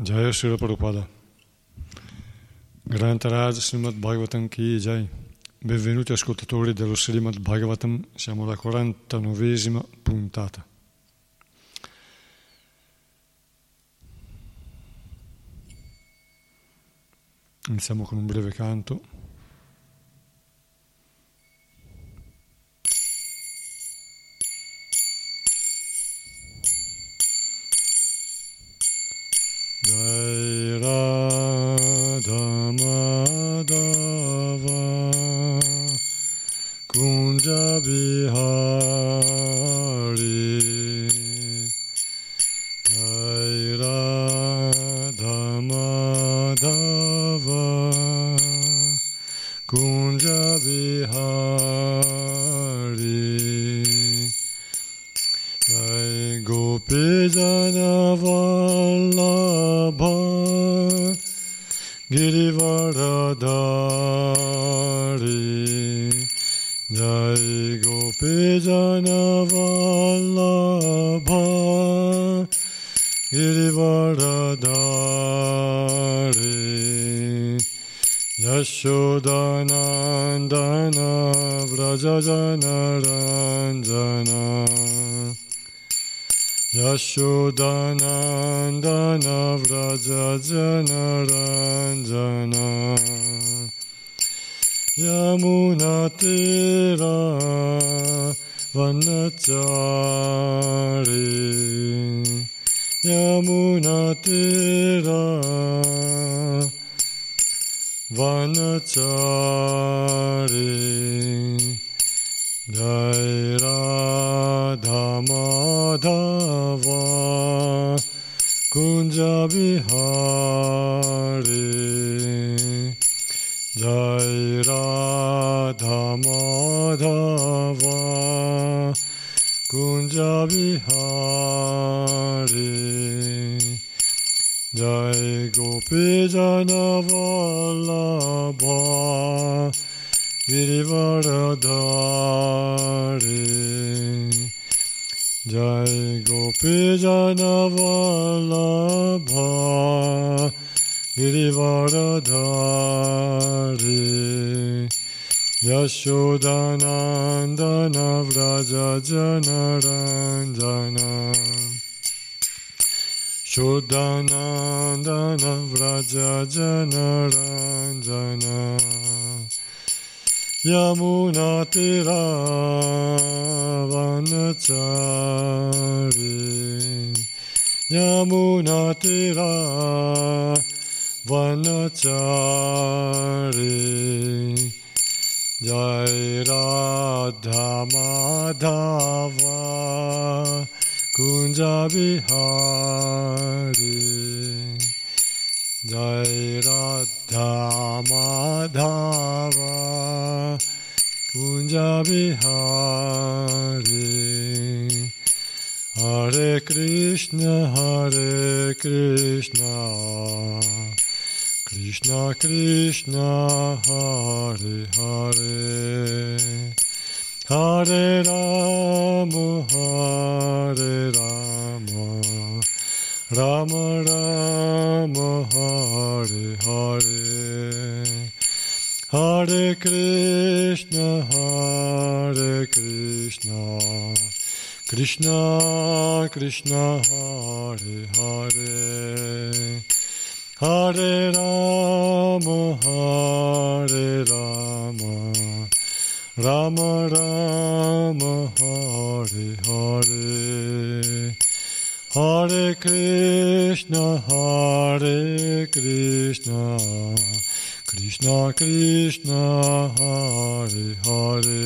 Jaya Srila Prabhupada. Grantaraj Srimad Bhagavatam Ki Jai. Benvenuti ascoltatori dello Srimad Bhagavatam, siamo alla 49esima puntata. Iniziamo con un breve canto. Jai Radha Madhava Kunja Bihari Jai Radha Madhava Kunja Bihari Jai Gopi Jana Vallabha Girivaradhari Jai Gopi Jana Vallabha Girivaradhari Yashodanandana Vrajajana Ranjana Yashodanandana Vrajajana Ranjana Yamunatira Vanachari Yamunatira Vanachari Jai Radha Madhava Kunja Bihari Jai Radha Madhava Kunja Bihari Jai Gopi Jana Vallabha Girivaradhari Jai Gopi Jana Vallabha Girivaradhari Yashodanandana Vrajajana Ranjana Shodanandana Vrajajana Ranjana Yamunatira Vanachari Yamunatira Vanachari Jai Radha Madhava Kunja Bihari Jai Radha Madhava Kunja Bihari Hare Krishna Krishna Krishna Hare Hare Hare Rama Rama Rama Hare Hare Hare Krishna Krishna Krishna Hare Hare Hare Rama Rama Rama Hare Hare Hare Krishna Krishna Krishna Hare Hare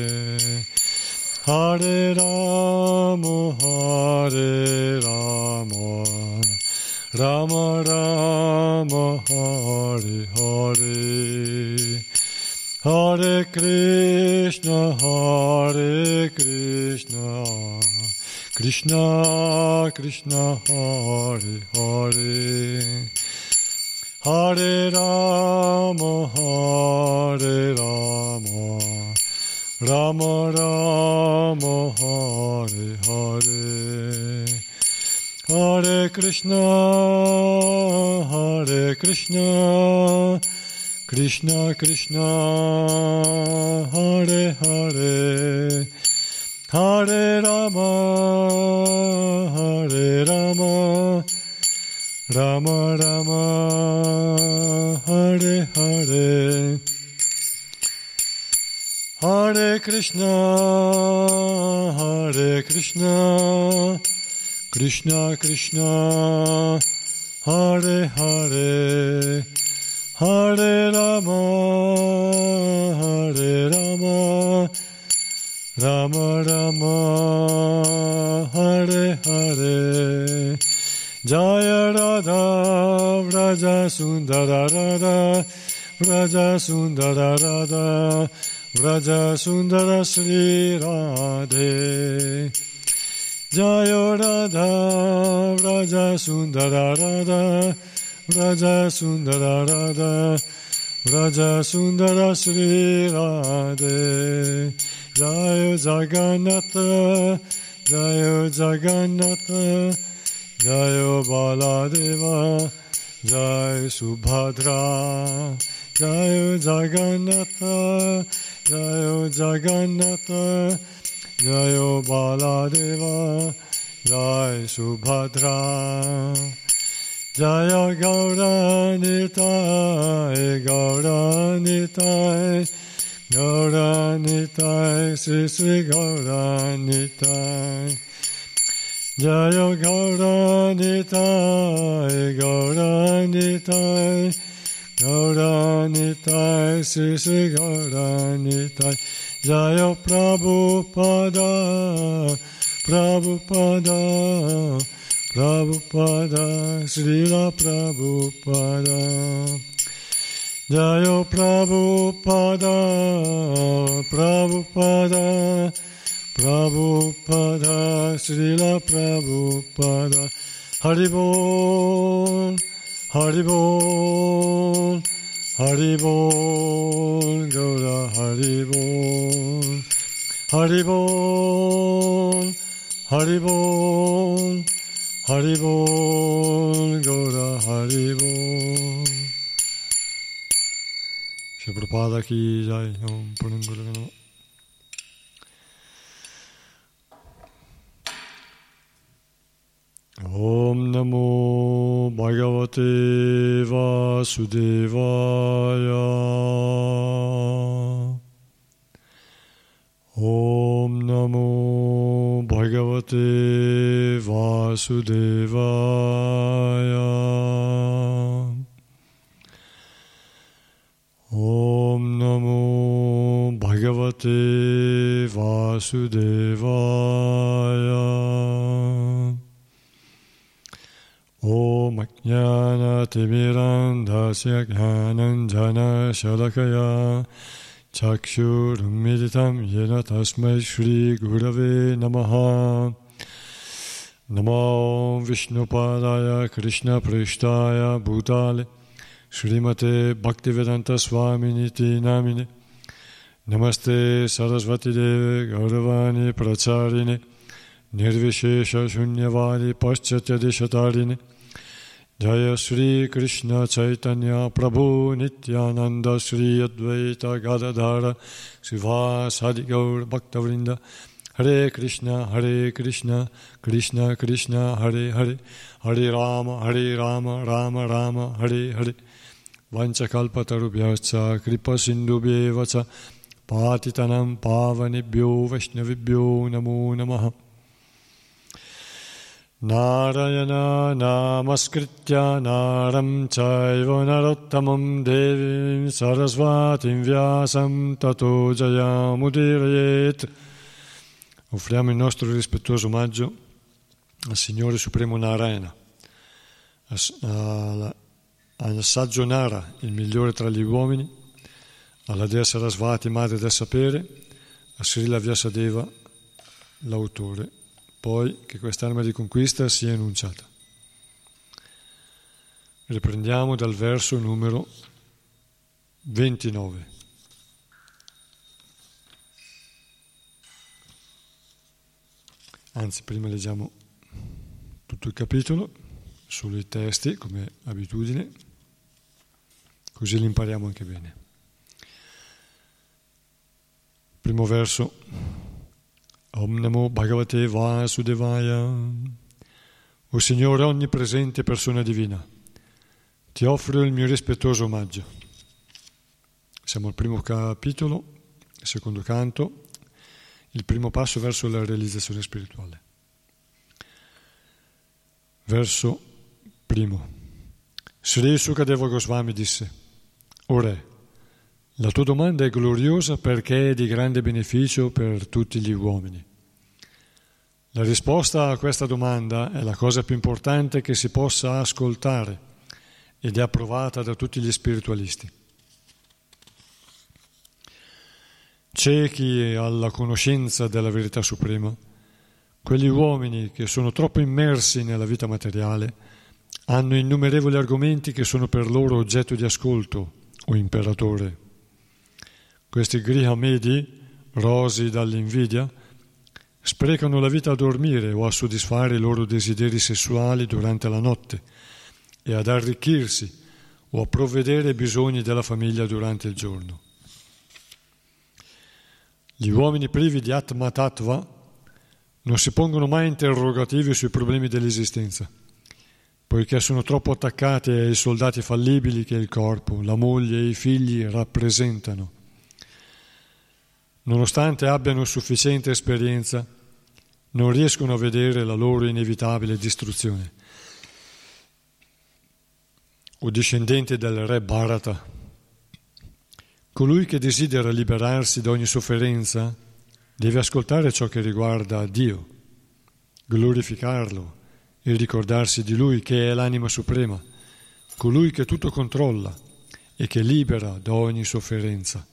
Hare Rama Rama Rama Hare Hare Hare Krishna Krishna Krishna Hare Hare Hare Rama Rama Rama Hare Hare Hare Krishna, Krishna Krishna, Hare Hare, Hare Rama, Rama Rama, Hare Hare, Hare Krishna, Krishna Krishna, Hare Hare, Hare Rama, Rama Rama, Hare Hare. Jaya Radha, Vraja Sundara Radha, Vraja Sundara Radha, Vraja Sundara Sri Radhe. Jaya Radha, Vraja Sundara Radha, Vraja Sundara Radha, Vraja Sundara Sri Radhe. Jaya Jagannatha, Jaya Jagannatha, Jaya Baladeva, Jaya Subhadra, Jaya Jagannatha, Jaya Jagannatha, Jaya Baladeva, Jaya Subhadra, Jaya Gaura Nitai, Gaura Nitai, Gaura Nitai, Sri Sri Gaura Nitai. Jaya Gaura Nitai, Gaura Nitai, Gaura Nitai, Sri Sri Gaura Nitai. Jaya Prabhupada, Prabhupada, Prabhupada, Srila Prabhupada. Jaya Prabhupada, Prabhupada, Prabhupada, Srila Prabhupada. Haribol, Haribol, Haribol, Gaura Haribol, Haribol, Haribol, Haribol, Gaura Haribol. Shri Prabhupada ki jai. Om Purnam Guru Namo. Om Namo Bhagavate Vasudevaya. Om Namo Bhagavate Vasudevaya. Om Namo Bhagavate Vasudevaya. Om Ajnana Timirandhasya Jnananjana Shalakaya Chakshurumilitam Yena Tasmai Shri Gurave Namaha. Namo Vishnupadaya Krishna Prishtaya Bhutale Srimate Bhaktivedanta Swaminiti Namine. Namaste Sarasvati Deve Gauravani Pracharine Nirvishesha Shunyavadi Paschatya Deshatarine. Jaya Sri Krishna Chaitanya Prabhu Nityananda Sri Advaita Gadadhara Srivasadi Gaur Bhaktavrinda. Hare Krishna, Krishna Krishna, Hare Hare, Hare Rama, Rama Rama, Hare Hare. Vanchakalpatarubhyascha kripa sindhubhyevacha patitanam pavanebhyo vaishnavibhyo namo namaha. Narayana namaskritya naram chaiva narottamam devim sarasvatim vyasam tato jayamudirayet. Offriamo il nostro rispettoso omaggio al Signore Supremo Narayana, al saggio Nara, il migliore tra gli uomini, alla dea Sarasvati, madre del sapere, a Srila Vyasadeva, l'autore. Poi che quest'arma di conquista sia enunciata. Riprendiamo dal verso numero 29. Anzi, prima leggiamo tutto il capitolo, solo i testi come abitudine, così li impariamo anche bene. Primo verso. Om Namo Bhagavate Vasudevaya. O Signore onnipresente persona divina, ti offro il mio rispettoso omaggio. Siamo al primo capitolo, il secondo canto, il primo passo verso la realizzazione spirituale. Verso primo. Sri Sukadeva Goswami disse: O Re, la tua domanda è gloriosa perché è di grande beneficio per tutti gli uomini. La risposta a questa domanda è la cosa più importante che si possa ascoltare ed è approvata da tutti gli spiritualisti. Ciechi alla conoscenza della verità suprema, quegli uomini che sono troppo immersi nella vita materiale hanno innumerevoli argomenti che sono per loro oggetto di ascolto o imperatore. Questi grihamedi, rosi dall'invidia, sprecano la vita a dormire o a soddisfare i loro desideri sessuali durante la notte e ad arricchirsi o a provvedere ai bisogni della famiglia durante il giorno. Gli uomini privi di Atma Tattva non si pongono mai interrogativi sui problemi dell'esistenza, poiché sono troppo attaccati ai soldati fallibili che il corpo, la moglie e i figli rappresentano. Nonostante abbiano sufficiente esperienza, non riescono a vedere la loro inevitabile distruzione. O discendente del re Bharata, colui che desidera liberarsi da ogni sofferenza deve ascoltare ciò che riguarda Dio, glorificarlo e ricordarsi di Lui che è l'anima suprema, colui che tutto controlla e che libera da ogni sofferenza.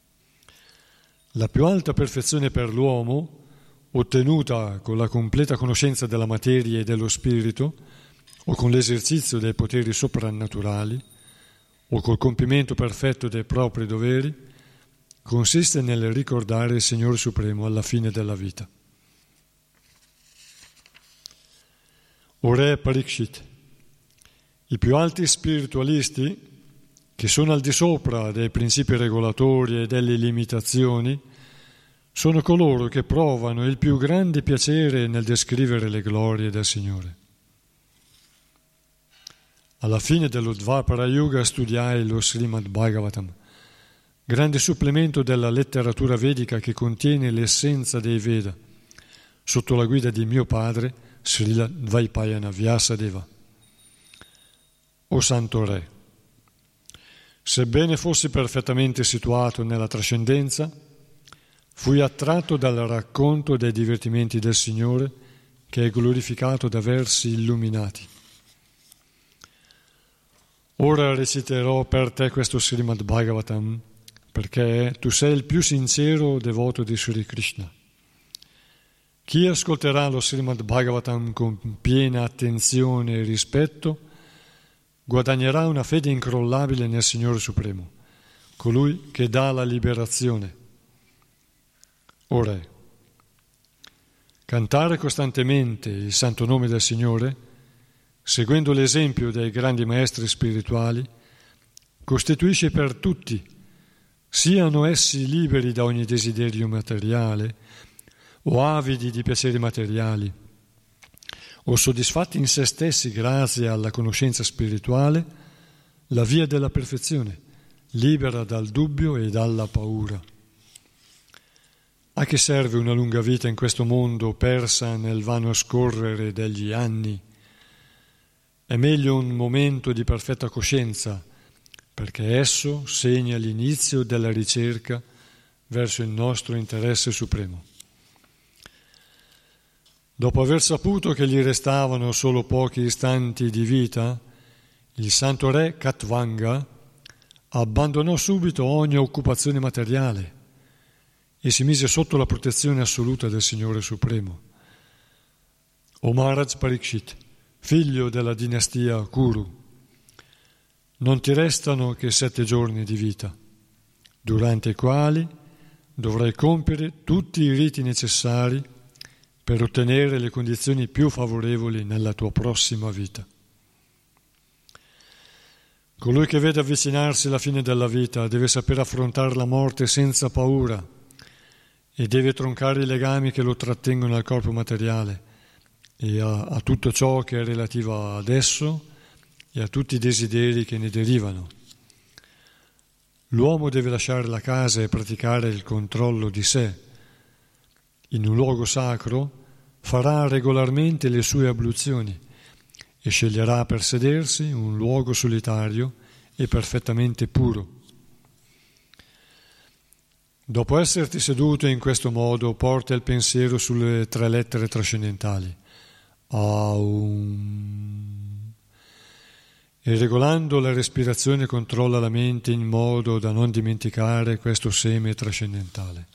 La più alta perfezione per l'uomo, ottenuta con la completa conoscenza della materia e dello spirito, o con l'esercizio dei poteri soprannaturali, o col compimento perfetto dei propri doveri, consiste nel ricordare il Signore Supremo alla fine della vita. O Re Parikshit, i più alti spiritualisti, che sono al di sopra dei principi regolatori e delle limitazioni, sono coloro che provano il più grande piacere nel descrivere le glorie del Signore. Alla fine dello Dvapara Yuga studiai lo Srimad Bhagavatam, grande supplemento della letteratura vedica che contiene l'essenza dei Veda, sotto la guida di mio padre, Srila Dvaipayana Vyasadeva. O Santo Re, sebbene fossi perfettamente situato nella trascendenza, fui attratto dal racconto dei divertimenti del Signore, che è glorificato da versi illuminati. Ora reciterò per te questo Srimad Bhagavatam, perché tu sei il più sincero devoto di Sri Krishna. Chi ascolterà lo Srimad Bhagavatam con piena attenzione e rispetto guadagnerà una fede incrollabile nel Signore Supremo, colui che dà la liberazione. O Re, cantare costantemente il santo nome del Signore, seguendo l'esempio dei grandi maestri spirituali, costituisce per tutti, siano essi liberi da ogni desiderio materiale o avidi di piaceri materiali, o soddisfatti in se stessi grazie alla conoscenza spirituale, la via della perfezione, libera dal dubbio e dalla paura. A che serve una lunga vita in questo mondo persa nel vano scorrere degli anni? È meglio un momento di perfetta coscienza, perché esso segna l'inizio della ricerca verso il nostro interesse supremo. Dopo aver saputo che gli restavano solo pochi istanti di vita, il santo re Katvanga abbandonò subito ogni occupazione materiale e si mise sotto la protezione assoluta del Signore Supremo. O Maharaj Parikshit, figlio della dinastia Kuru, non ti restano che 7 giorni di vita, durante i quali dovrai compiere tutti i riti necessari per ottenere le condizioni più favorevoli nella tua prossima vita. Colui che vede avvicinarsi la fine della vita deve saper affrontare la morte senza paura e deve troncare i legami che lo trattengono al corpo materiale e a tutto ciò che è relativo ad esso e a tutti i desideri che ne derivano. L'uomo deve lasciare la casa e praticare il controllo di sé. In un luogo sacro farà regolarmente le sue abluzioni e sceglierà per sedersi un luogo solitario e perfettamente puro. Dopo esserti seduto in questo modo, porta il pensiero sulle 3 lettere trascendentali. Aum. E regolando la respirazione controlla la mente in modo da non dimenticare questo seme trascendentale.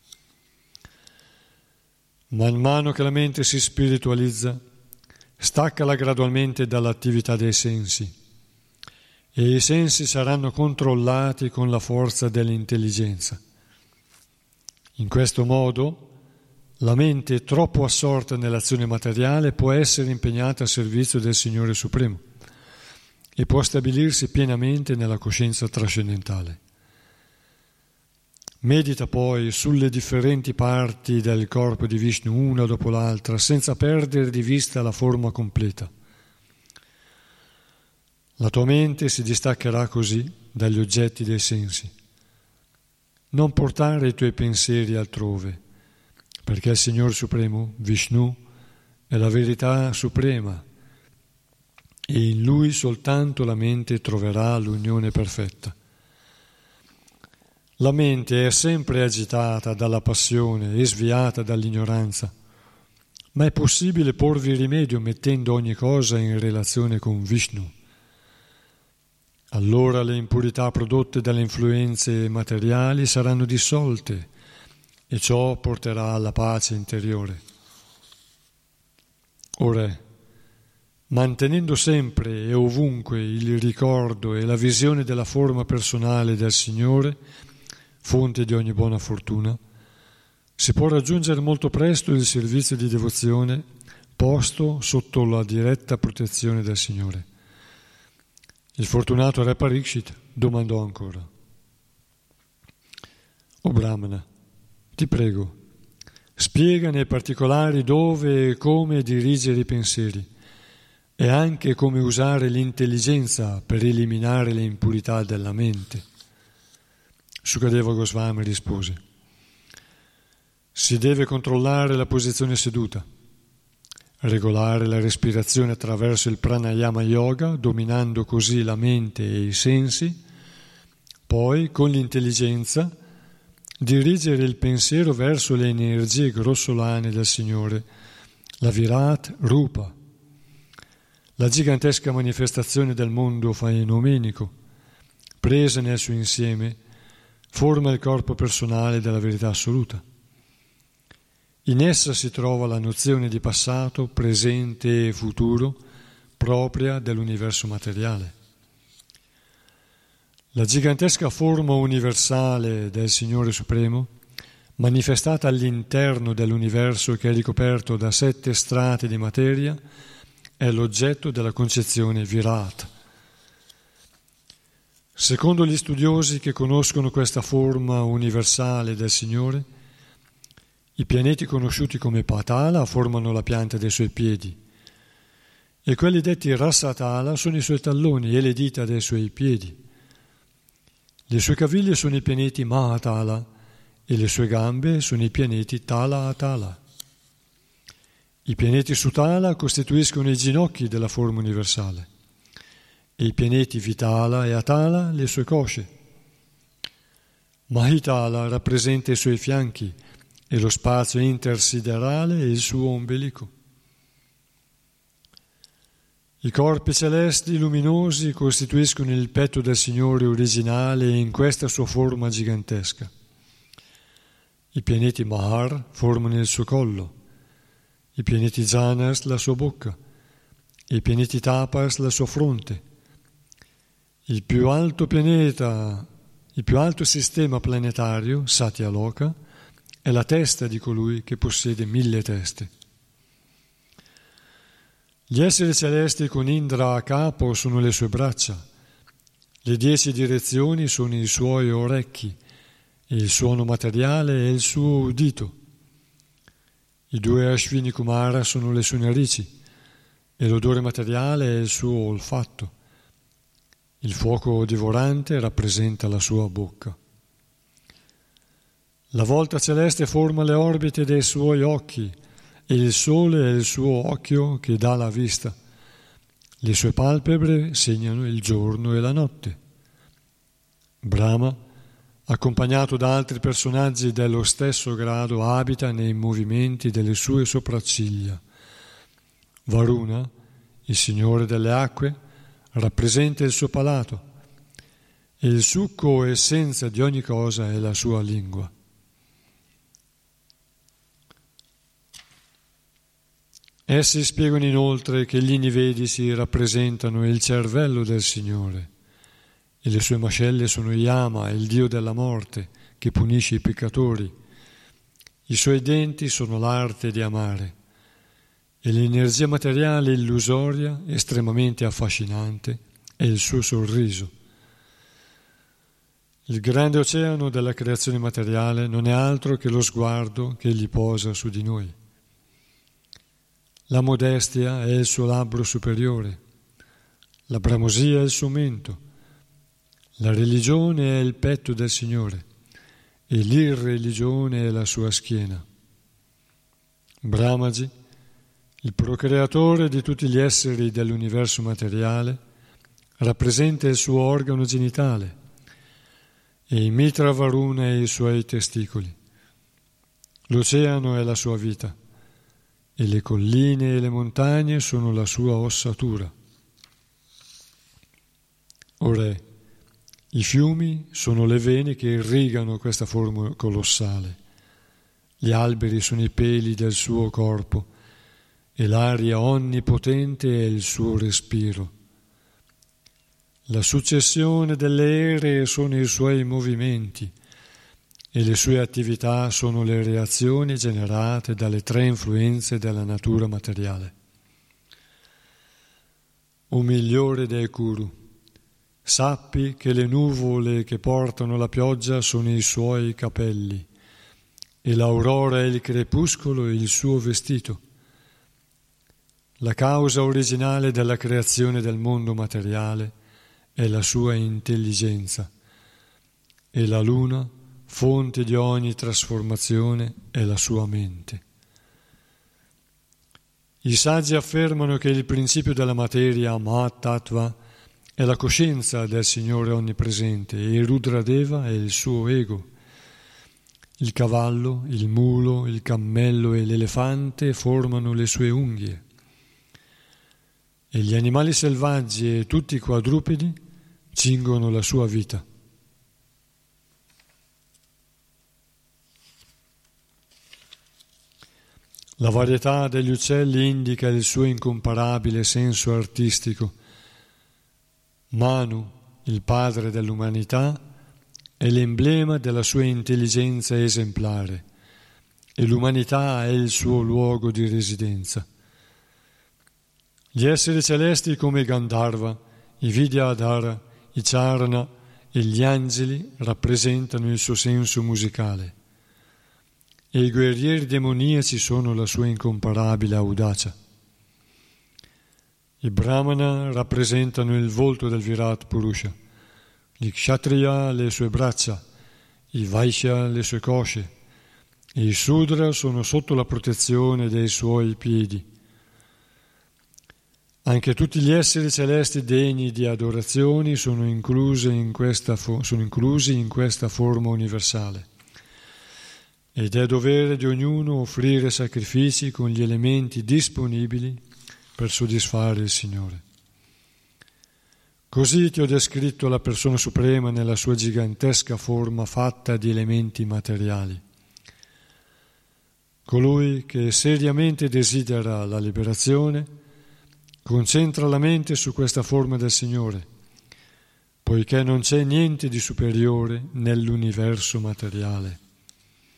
Man mano che la mente si spiritualizza, staccala gradualmente dall'attività dei sensi e i sensi saranno controllati con la forza dell'intelligenza. In questo modo la mente troppo assorta nell'azione materiale può essere impegnata a servizio del Signore Supremo e può stabilirsi pienamente nella coscienza trascendentale. Medita poi sulle differenti parti del corpo di Vishnu una dopo l'altra, senza perdere di vista la forma completa. La tua mente si distaccherà così dagli oggetti dei sensi. Non portare i tuoi pensieri altrove, perché il Signore Supremo, Vishnu, è la verità suprema e in Lui soltanto la mente troverà l'unione perfetta. La mente è sempre agitata dalla passione e sviata dall'ignoranza, ma è possibile porvi rimedio mettendo ogni cosa in relazione con Vishnu. Allora le impurità prodotte dalle influenze materiali saranno dissolte e ciò porterà alla pace interiore. Ora, mantenendo sempre e ovunque il ricordo e la visione della forma personale del Signore, fonte di ogni buona fortuna, si può raggiungere molto presto il servizio di devozione posto sotto la diretta protezione del Signore. Il fortunato re Parikshit domandò ancora: O Brahmana, ti prego, spiega nei particolari dove e come dirigere i pensieri e anche come usare l'intelligenza per eliminare le impurità della mente. Sukadeva Goswami rispose: si deve controllare la posizione seduta, regolare la respirazione attraverso il pranayama yoga, dominando così la mente e i sensi, poi con l'intelligenza dirigere il pensiero verso le energie grossolane del Signore, la Virat Rupa, la gigantesca manifestazione del mondo fenomenico, presa nel suo insieme, forma il corpo personale della verità assoluta. In essa si trova la nozione di passato, presente e futuro propria dell'universo materiale. La gigantesca forma universale del Signore Supremo, manifestata all'interno dell'universo che è ricoperto da 7 strati di materia, è l'oggetto della concezione Virat. Secondo gli studiosi che conoscono questa forma universale del Signore, i pianeti conosciuti come Patala formano la pianta dei suoi piedi e quelli detti Rasatala sono i suoi talloni e le dita dei suoi piedi. Le sue caviglie sono i pianeti Mahatala e le sue gambe sono i pianeti Tala Atala. I pianeti Sutala costituiscono i ginocchi della forma universale e i pianeti Vitala e Atala le sue cosce. Mahitala rappresenta i suoi fianchi e lo spazio intersiderale e il suo ombelico. I corpi celesti luminosi costituiscono il petto del Signore originale in questa sua forma gigantesca. I pianeti Mahar formano il suo collo, i pianeti Janas la sua bocca, i pianeti Tapas la sua fronte. Il più alto pianeta, il più alto sistema planetario, Satyaloka, è la testa di colui che possiede 1000 teste. Gli esseri celesti con Indra a capo sono le sue braccia, le 10 direzioni sono i suoi orecchi, il suono materiale è il suo udito. I 2 Ashwini Kumara sono le sue narici e l'odore materiale è il suo olfatto. Il fuoco divorante rappresenta la sua bocca. La volta celeste forma le orbite dei suoi occhi e il sole è il suo occhio che dà la vista. Le sue palpebre segnano il giorno e la notte. Brahma, accompagnato da altri personaggi dello stesso grado, abita nei movimenti delle sue sopracciglia. Varuna, il signore delle acque, rappresenta il suo palato e il succo o essenza di ogni cosa è la sua lingua. Essi spiegano inoltre che gli inivedici rappresentano il cervello del Signore e le sue mascelle sono Yama, il dio della morte, che punisce i peccatori. I suoi denti sono l'arte di amare e l'energia materiale illusoria, estremamente affascinante, è il suo sorriso. Il grande oceano della creazione materiale non è altro che lo sguardo che egli posa su di noi. La modestia è il suo labbro superiore, la bramosia è il suo mento, la religione è il petto del Signore e l'irreligione è la sua schiena. Brahmaji, il procreatore di tutti gli esseri dell'universo materiale, rappresenta il suo organo genitale e Mitra Varuna e i suoi testicoli. L'oceano è la sua vita e le colline e le montagne sono la sua ossatura. O Re, i fiumi sono le vene che irrigano questa forma colossale. Gli alberi sono i peli del suo corpo e l'aria onnipotente è il suo respiro. La successione delle ere sono i suoi movimenti e le sue attività sono le reazioni generate dalle 3 influenze della natura materiale. O migliore dei Kuru, sappi che le nuvole che portano la pioggia sono i suoi capelli e l'aurora e il crepuscolo il suo vestito. La causa originale della creazione del mondo materiale è la sua intelligenza e la luna, fonte di ogni trasformazione, è la sua mente. I saggi affermano che il principio della materia, Mahat-tattva, è la coscienza del Signore onnipresente e il Rudradeva è il suo ego. Il cavallo, il mulo, il cammello e l'elefante formano le sue unghie. E gli animali selvaggi e tutti i quadrupedi cingono la sua vita. La varietà degli uccelli indica il suo incomparabile senso artistico. Manu, il padre dell'umanità, è l'emblema della sua intelligenza esemplare e l'umanità è il suo luogo di residenza. Gli esseri celesti come i Gandharva, i Vidyadhara, i Charana e gli angeli rappresentano il suo senso musicale e i guerrieri demoniaci sono la sua incomparabile audacia. I Brahmana rappresentano il volto del Virat Purusha, gli Kshatriya le sue braccia, i Vaishya le sue cosce e i Sudra sono sotto la protezione dei suoi piedi. Anche tutti gli esseri celesti degni di adorazioni sono inclusi in questa forma universale. Ed è dovere di ognuno offrire sacrifici con gli elementi disponibili per soddisfare il Signore. Così ti ho descritto la persona suprema nella sua gigantesca forma fatta di elementi materiali. Colui che seriamente desidera la liberazione concentra la mente su questa forma del Signore, poiché non c'è niente di superiore nell'universo materiale.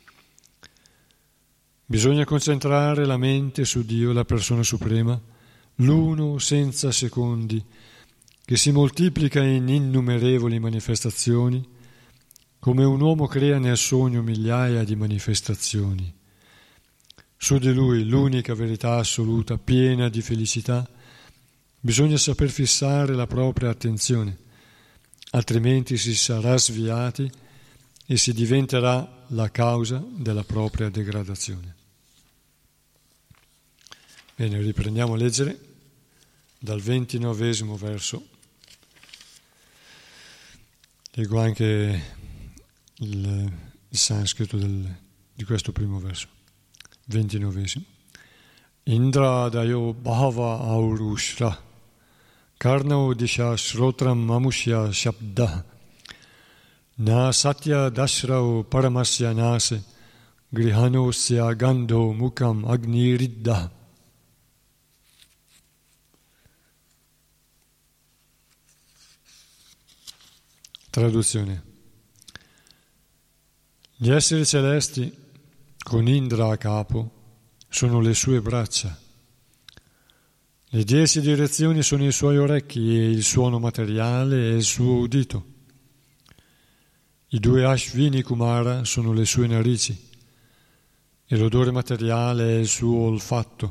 Bisogna concentrare la mente su Dio, la persona suprema, l'uno senza secondi, che si moltiplica in innumerevoli manifestazioni, come un uomo crea nel sogno migliaia di manifestazioni. Su di lui, l'unica verità assoluta, piena di felicità, bisogna saper fissare la propria attenzione, altrimenti si sarà sviati e si diventerà la causa della propria degradazione. Bene, riprendiamo a leggere dal 29° verso. Leggo anche il sanscrito di questo primo verso. 29. Indra dayo bhava aurushra karnao disha shrotram mamushya shabda na satya dashrao paramasya nase grihanosya gandho mukam agniridda. Traduzione. Gli esseri celesti con Indra a capo sono le sue braccia. Le 10 direzioni sono i suoi orecchi e il suono materiale è il suo udito. I 2 Ashvini Kumara sono le sue narici e l'odore materiale è il suo olfatto.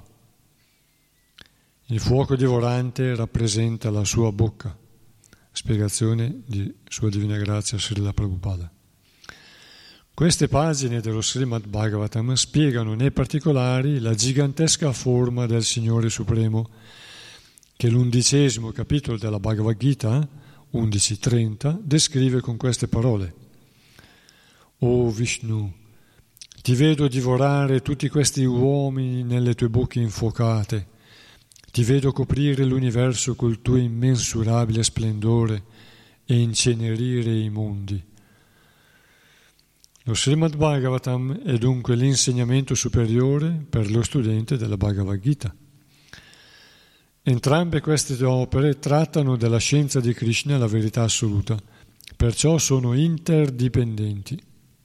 Il fuoco divorante rappresenta la sua bocca. Spiegazione di Sua Divina Grazia Srila Prabhupada. Queste pagine dello Srimad Bhagavatam spiegano nei particolari la gigantesca forma del Signore Supremo che l'11° capitolo della Bhagavad Gita, 11.30, descrive con queste parole. O Vishnu, ti vedo divorare tutti questi uomini nelle tue bocche infuocate, ti vedo coprire l'universo col tuo immensurabile splendore e incenerire i mondi. Lo Srimad Bhagavatam è dunque l'insegnamento superiore per lo studente della Bhagavad Gita. Entrambe queste opere trattano della scienza di Krishna, la verità assoluta, perciò sono interdipendenti.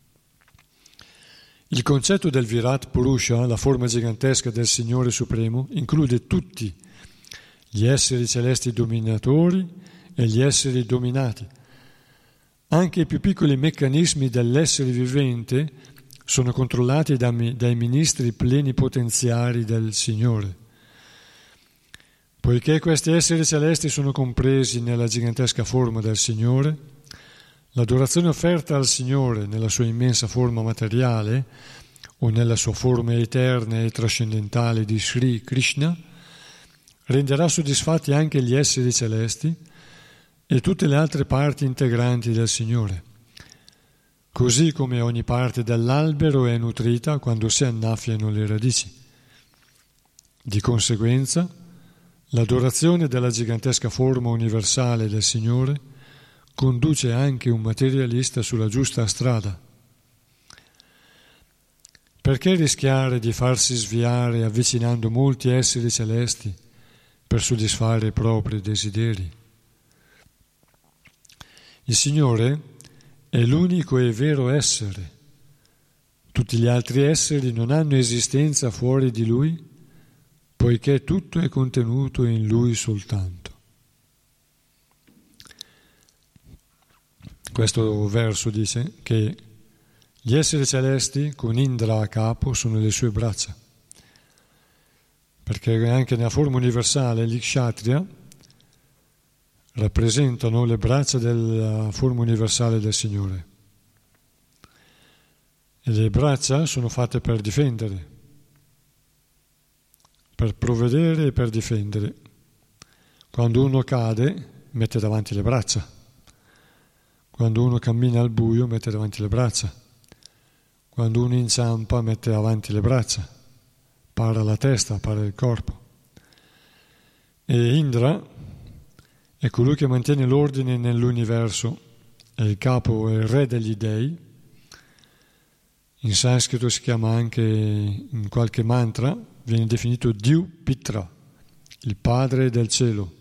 Il concetto del Virat Purusha, la forma gigantesca del Signore Supremo, include tutti gli esseri celesti dominatori e gli esseri dominati. Anche i più piccoli meccanismi dell'essere vivente sono controllati dai ministri plenipotenziari del Signore. Poiché questi esseri celesti sono compresi nella gigantesca forma del Signore, l'adorazione offerta al Signore nella sua immensa forma materiale o nella sua forma eterna e trascendentale di Sri Krishna renderà soddisfatti anche gli esseri celesti e tutte le altre parti integranti del Signore, così come ogni parte dell'albero è nutrita quando si annaffiano le radici. Di conseguenza, l'adorazione della gigantesca forma universale del Signore conduce anche un materialista sulla giusta strada. Perché rischiare di farsi sviare avvicinando molti esseri celesti per soddisfare i propri desideri? Il Signore è l'unico e vero essere. Tutti gli altri esseri non hanno esistenza fuori di Lui, poiché tutto è contenuto in Lui soltanto. Questo verso dice che gli esseri celesti con Indra a capo sono le sue braccia, perché anche nella forma universale gli kshatriya rappresentano le braccia della forma universale del Signore. E le braccia sono fatte per difendere, per provvedere e per difendere. Quando uno cade, mette davanti le braccia. Quando uno cammina al buio, mette davanti le braccia. Quando uno inciampa, mette avanti le braccia. Para la testa, para il corpo. E Indra è colui che mantiene l'ordine nell'universo, è il capo, è il re degli dei. In sanscrito si chiama anche, in qualche mantra, viene definito Dyu Pitra, il padre del cielo.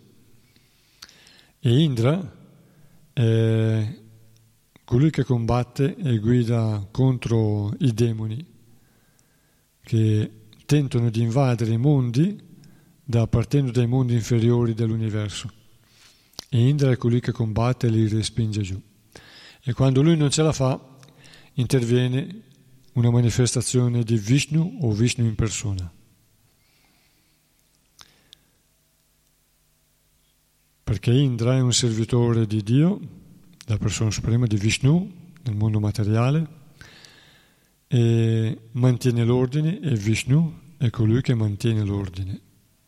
E Indra è colui che combatte e guida contro i demoni che tentano di invadere i mondi partendo dai mondi inferiori dell'universo. E Indra è colui che combatte e li respinge giù. E quando lui non ce la fa, interviene una manifestazione di Vishnu o Vishnu in persona. Perché Indra è un servitore di Dio, la persona suprema di Vishnu nel mondo materiale, e mantiene l'ordine, e Vishnu è colui che mantiene l'ordine.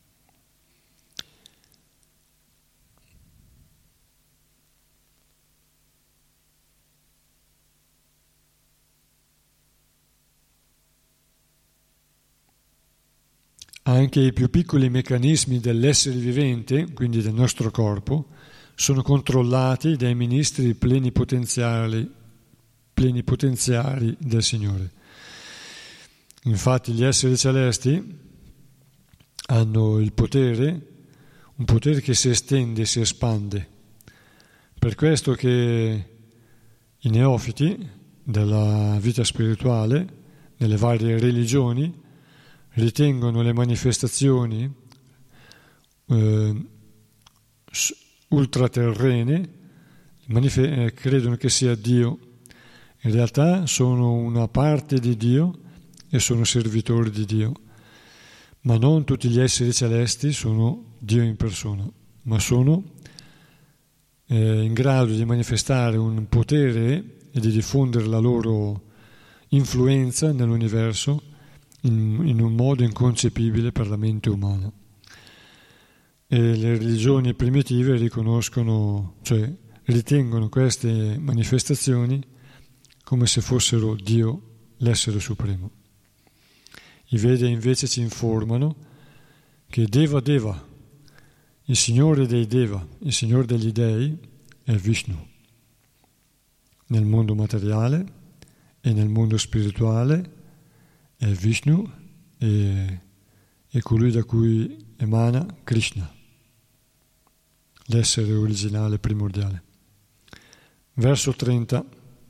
Anche i più piccoli meccanismi dell'essere vivente, quindi del nostro corpo, sono controllati dai ministri plenipotenziari del Signore. Infatti gli esseri celesti hanno il potere, un potere che si estende, si espande. Per questo che i neofiti della vita spirituale, nelle varie religioni, ritengono le manifestazioni ultraterrene, credono che sia Dio. In realtà sono una parte di Dio e sono servitori di Dio, ma non tutti gli esseri celesti sono Dio in persona, ma sono in grado di manifestare un potere e di diffondere la loro influenza nell'universo in un modo inconcepibile per la mente umana. E le religioni primitive ritengono queste manifestazioni come se fossero Dio, l'essere supremo. I Veda invece ci informano che Deva, il Signore dei Deva, il Signore degli Dei, è Vishnu. Nel mondo materiale e nel mondo spirituale è Vishnu e colui da cui emana Krishna, l'essere originale primordiale. Verso 30.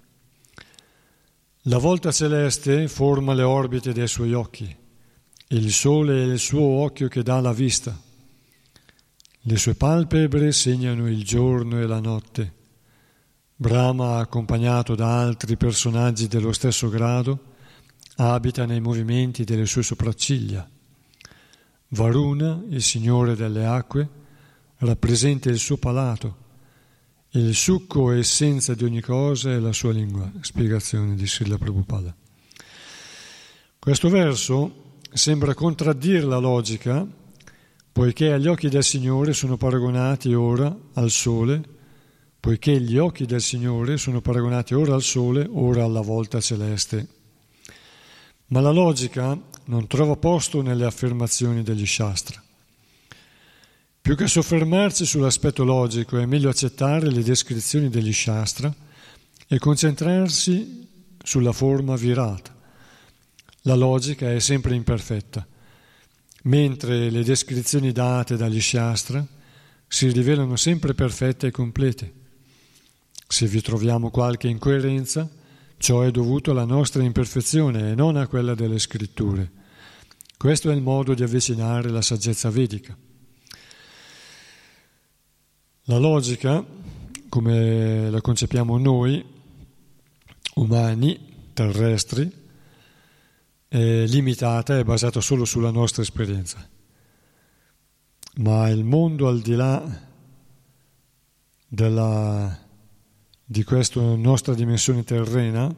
La volta celeste forma le orbite dei suoi occhi, e il sole è il suo occhio che dà la vista. Le sue palpebre segnano il giorno e la notte. Brahma, accompagnato da altri personaggi dello stesso grado, abita nei movimenti delle sue sopracciglia. Varuna, il signore delle acque, rappresenta il suo palato. Il succo e essenza di ogni cosa è la sua lingua. Spiegazione di Srila Prabhupada. Questo verso sembra contraddire la logica, poiché agli occhi del Signore sono paragonati ora al sole, poiché gli occhi del Signore sono paragonati ora al sole, ora alla volta celeste. Ma la logica non trova posto nelle affermazioni degli Shastra. Più che soffermarci sull'aspetto logico è meglio accettare le descrizioni degli Shastra e concentrarsi sulla forma virata. La logica è sempre imperfetta, mentre le descrizioni date dagli Shastra si rivelano sempre perfette e complete. Se vi troviamo qualche incoerenza, ciò è dovuto alla nostra imperfezione e non a quella delle scritture. Questo è il modo di avvicinare la saggezza vedica. La logica, come la concepiamo noi, umani, terrestri, è limitata, è basata solo sulla nostra esperienza. Ma il mondo al di là di questa nostra dimensione terrena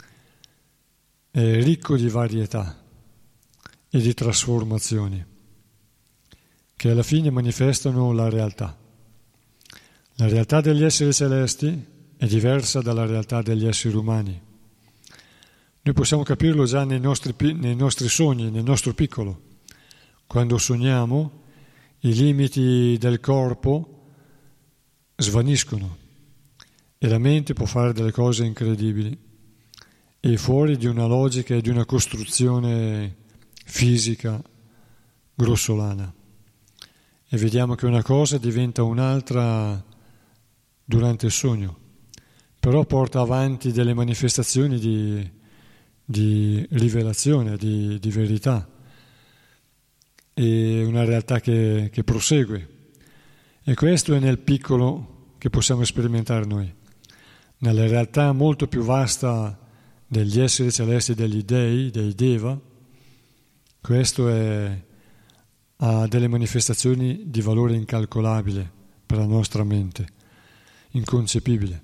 è ricco di varietà e di trasformazioni che alla fine manifestano la realtà. La realtà degli esseri celesti è diversa dalla realtà degli esseri umani. Noi possiamo capirlo già nei nostri sogni, nel nostro piccolo. Quando sogniamo, i limiti del corpo svaniscono e la mente può fare delle cose incredibili e fuori di una logica e di una costruzione fisica grossolana. E vediamo che una cosa diventa un'altra durante il sogno, però porta avanti delle manifestazioni di rivelazione, di verità. è una realtà che prosegue. E questo è nel piccolo che possiamo sperimentare noi. Nella realtà molto più vasta degli esseri celesti, degli dei, dei Deva, questo ha delle manifestazioni di valore incalcolabile per la nostra mente, inconcepibile.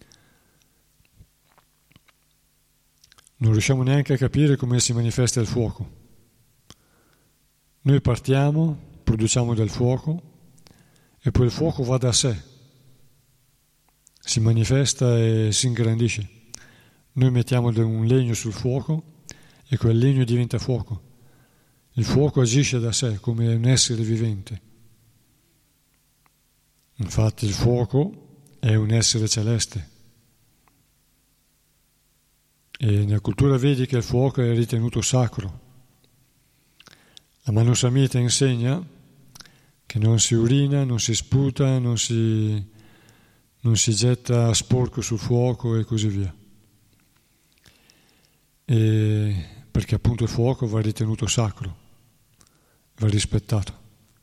Non riusciamo neanche a capire come si manifesta il fuoco. Noi partiamo, produciamo del fuoco e poi il fuoco va da sé, si manifesta e si ingrandisce. Noi mettiamo un legno sul fuoco e quel legno diventa fuoco. Il fuoco agisce da sé come un essere vivente. Infatti il fuoco è un essere celeste. E nella cultura vedica il fuoco è ritenuto sacro. La Manusamhita insegna che non si urina, non si sputa, non si getta sporco sul fuoco e così via. Perché appunto il fuoco va ritenuto sacro, va rispettato.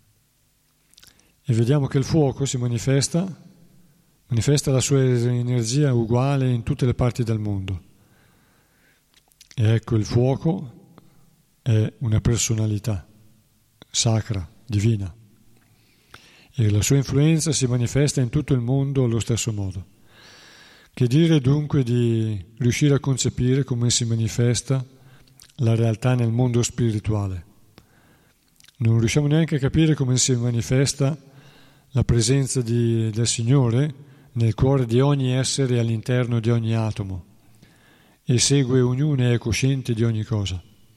E vediamo che il fuoco si manifesta la sua energia uguale in tutte le parti del mondo. E ecco, il fuoco è una personalità sacra, divina. E la sua influenza si manifesta in tutto il mondo allo stesso modo. Che dire dunque di riuscire a concepire come si manifesta la realtà nel mondo spirituale? Non riusciamo neanche a capire come si manifesta la presenza del Signore nel cuore di ogni essere all'interno di ogni atomo e segue ognuno e è cosciente di ogni cosa.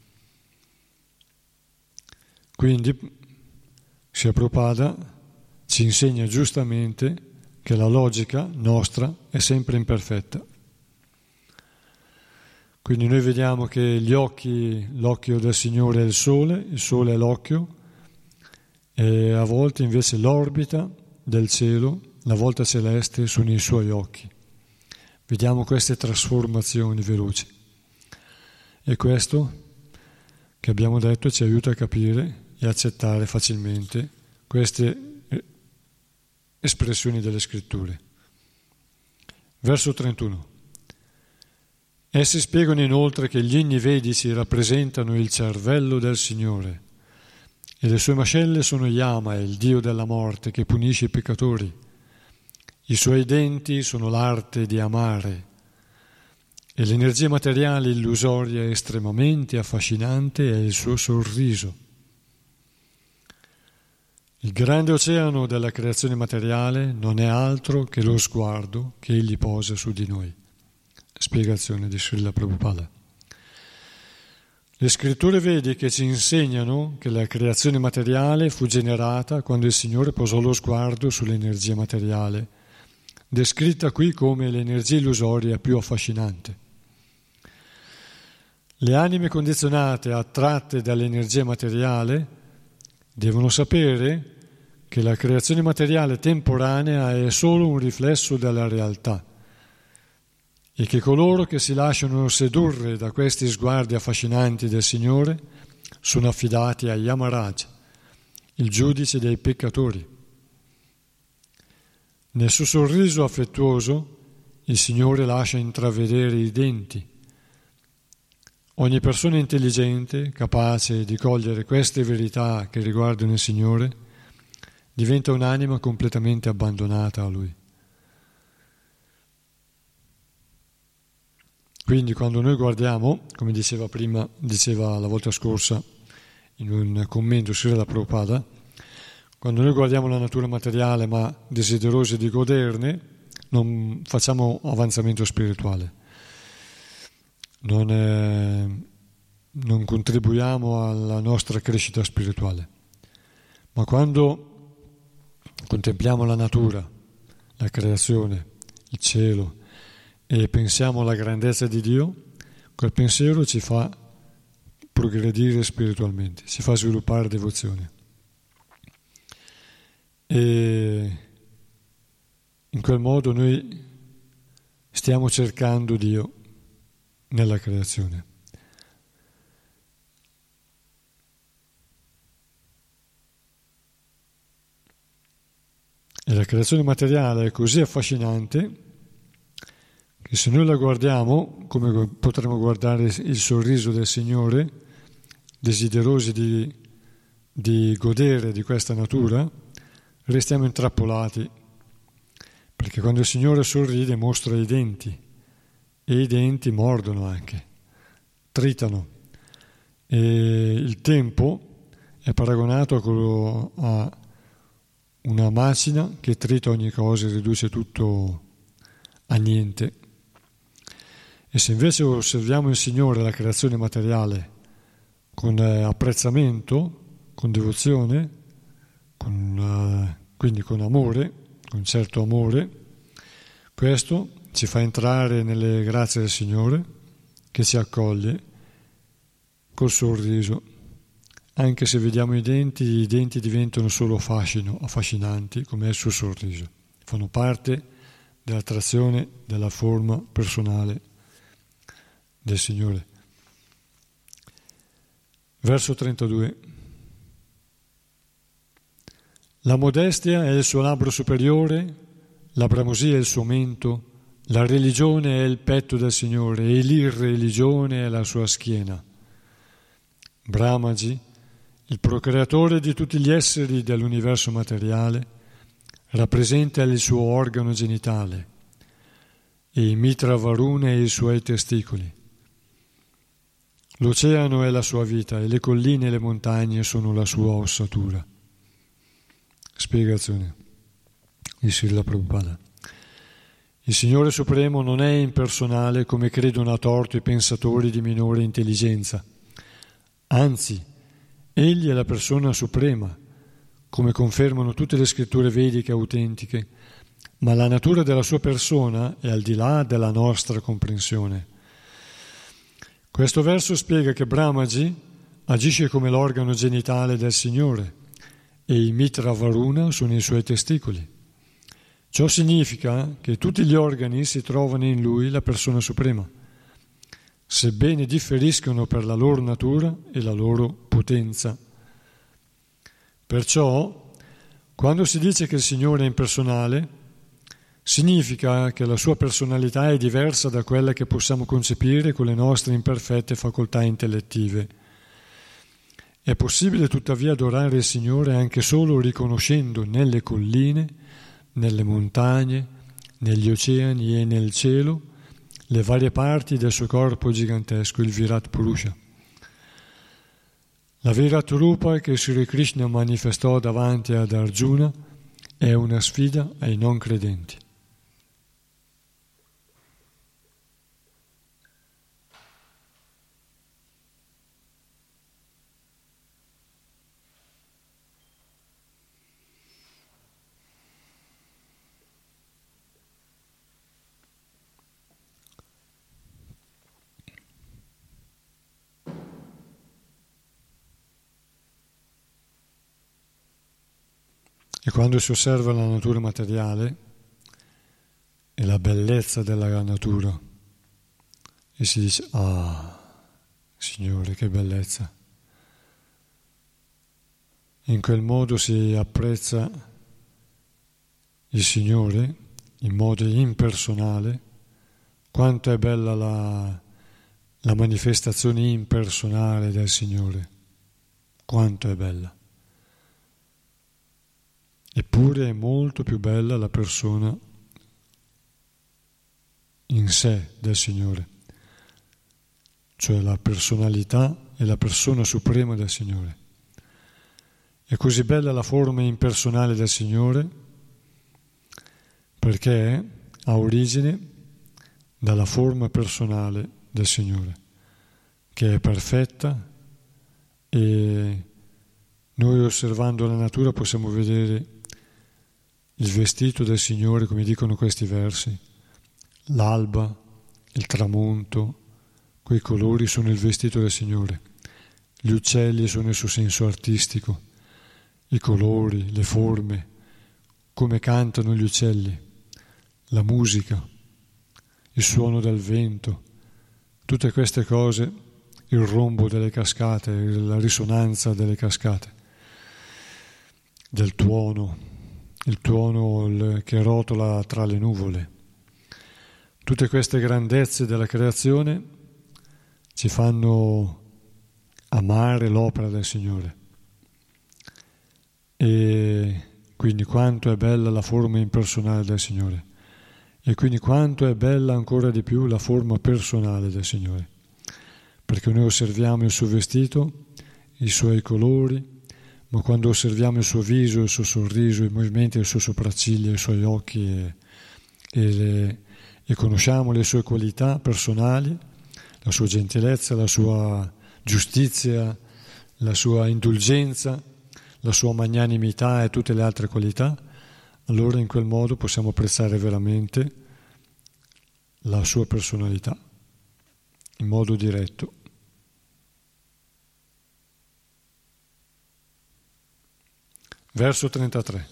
Quindi Srila Prabhupada ci insegna giustamente che la logica nostra è sempre imperfetta. Quindi noi vediamo che l'occhio del Signore è il Sole è l'occhio, e a volte invece l'orbita del cielo, la volta celeste, sono i suoi occhi. Vediamo queste trasformazioni veloci. E questo che abbiamo detto ci aiuta a capire e accettare facilmente queste espressioni delle scritture. Verso 31. Essi spiegano inoltre che gli inni vedici rappresentano il cervello del Signore e le sue mascelle sono Yama, il dio della morte che punisce i peccatori. I suoi denti sono l'arte di amare e l'energia materiale illusoria e estremamente affascinante è il suo sorriso. Il grande oceano della creazione materiale non è altro che lo sguardo che egli posa su di noi. Spiegazione di Srila Prabhupada. Le scritture vediche ci insegnano che la creazione materiale fu generata quando il Signore posò lo sguardo sull'energia materiale, descritta qui come l'energia illusoria più affascinante. Le anime condizionate, attratte dall'energia materiale, devono sapere che la creazione materiale temporanea è solo un riflesso della realtà e che coloro che si lasciano sedurre da questi sguardi affascinanti del Signore sono affidati a Yamaraj, il giudice dei peccatori. Nel suo sorriso affettuoso il Signore lascia intravedere i denti. Ogni persona intelligente, capace di cogliere queste verità che riguardano il Signore, diventa un'anima completamente abbandonata a Lui. Quindi quando noi guardiamo, come diceva la volta scorsa in un commento Srila Prabhupada, quando noi guardiamo la natura materiale ma desiderosi di goderne, non facciamo avanzamento spirituale, non contribuiamo alla nostra crescita spirituale. Ma quando contempliamo la natura, la creazione, il cielo e pensiamo alla grandezza di Dio, quel pensiero ci fa progredire spiritualmente, ci fa sviluppare devozione. E in quel modo noi stiamo cercando Dio nella creazione. la creazione materiale è così affascinante che se noi la guardiamo, come potremmo guardare il sorriso del Signore, desiderosi di godere di questa natura, restiamo intrappolati, perché quando il Signore sorride mostra i denti, e i denti mordono anche, tritano, e il tempo è paragonato a una macina che trita ogni cosa e riduce tutto a niente. E se invece osserviamo il Signore, la creazione materiale, con apprezzamento, con devozione, quindi con amore, con certo amore, questo ci fa entrare nelle grazie del Signore, che ci accoglie col sorriso. Anche se vediamo i denti diventano solo fascino, affascinanti, come è il suo sorriso. Fanno parte dell'attrazione della forma personale del Signore. Verso 32. La modestia è il suo labbro superiore, la bramosia è il suo mento, la religione è il petto del Signore e l'irreligione è la sua schiena. Brahmaji, il procreatore di tutti gli esseri dell'universo materiale, rappresenta il suo organo genitale e Mitra Varuna e i suoi testicoli. L'oceano è la sua vita e le colline e le montagne sono la sua ossatura. Spiegazione di Srila Prabhupada. Il Signore Supremo non è impersonale come credono a torto i pensatori di minore intelligenza. Anzi, Egli è la persona suprema, come confermano tutte le scritture vediche autentiche, ma la natura della sua persona è al di là della nostra comprensione. Questo verso spiega che Brahmaji agisce come l'organo genitale del Signore e i Mitra Varuna sono i suoi testicoli. Ciò significa che tutti gli organi si trovano in Lui, la persona suprema, sebbene differiscono per la loro natura e la loro potenza. Perciò, quando si dice che il Signore è impersonale, significa che la sua personalità è diversa da quella che possiamo concepire con le nostre imperfette facoltà intellettive. È possibile tuttavia adorare il Signore anche solo riconoscendo nelle colline, nelle montagne, negli oceani e nel cielo le varie parti del suo corpo gigantesco, il Virat Purusha. La Virat Rupa che Sri Krishna manifestò davanti ad Arjuna è una sfida ai non credenti. E quando si osserva la natura materiale e la bellezza della natura e si dice, Signore, che bellezza. In quel modo si apprezza il Signore in modo impersonale, quanto è bella la manifestazione impersonale del Signore, quanto è bella. Eppure è molto più bella la persona in sé del Signore, cioè la personalità e la persona suprema del Signore. È così bella la forma impersonale del Signore perché ha origine dalla forma personale del Signore, che è perfetta, e noi osservando la natura possiamo vedere il vestito del Signore, come dicono questi versi, l'alba, il tramonto, quei colori sono il vestito del Signore. Gli uccelli sono il suo senso artistico, i colori, le forme, come cantano gli uccelli, la musica, il suono del vento, tutte queste cose, il rombo delle cascate, la risonanza delle cascate, del tuono, il tuono che rotola tra le nuvole. Tutte queste grandezze della creazione ci fanno amare l'opera del Signore. E quindi quanto è bella la forma impersonale del Signore. E quindi quanto è bella ancora di più la forma personale del Signore. Perché noi osserviamo il suo vestito, i suoi colori, ma quando osserviamo il suo viso, il suo sorriso, i movimenti del suo sopracciglio, i suoi occhi e conosciamo le sue qualità personali, la sua gentilezza, la sua giustizia, la sua indulgenza, la sua magnanimità e tutte le altre qualità, allora in quel modo possiamo apprezzare veramente la sua personalità in modo diretto. Verso 33.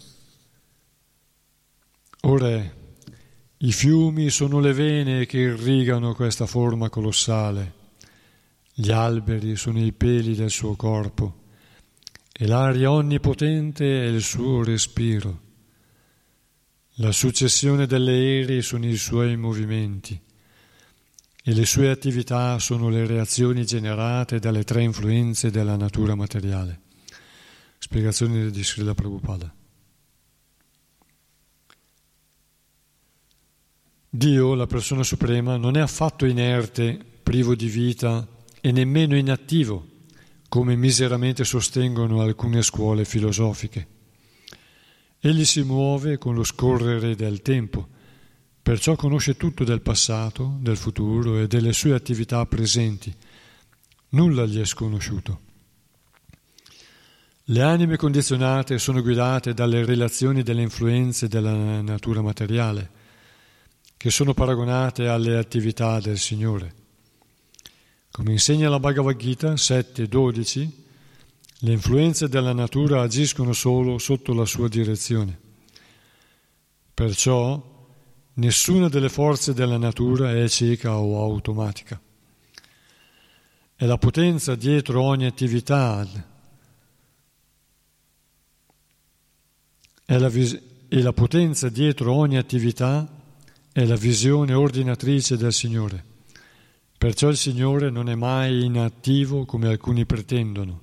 Ora i fiumi sono le vene che irrigano questa forma colossale, gli alberi sono i peli del suo corpo e l'aria onnipotente è il suo respiro. La successione delle ere sono i suoi movimenti e le sue attività sono le reazioni generate dalle tre influenze della natura materiale. Spiegazione di Srila Prabhupada. Dio, la persona suprema, non è affatto inerte, privo di vita e nemmeno inattivo, come miseramente sostengono alcune scuole filosofiche. Egli si muove con lo scorrere del tempo, perciò conosce tutto del passato, del futuro e delle sue attività presenti. Nulla gli è sconosciuto. Le anime condizionate sono guidate dalle relazioni delle influenze della natura materiale, che sono paragonate alle attività del Signore. Come insegna la Bhagavad Gita 7.12, le influenze della natura agiscono solo sotto la sua direzione. Perciò nessuna delle forze della natura è cieca o automatica. È la potenza dietro ogni attività, e la potenza dietro ogni attività è la visione ordinatrice del Signore. Perciò il Signore non è mai inattivo come alcuni pretendono.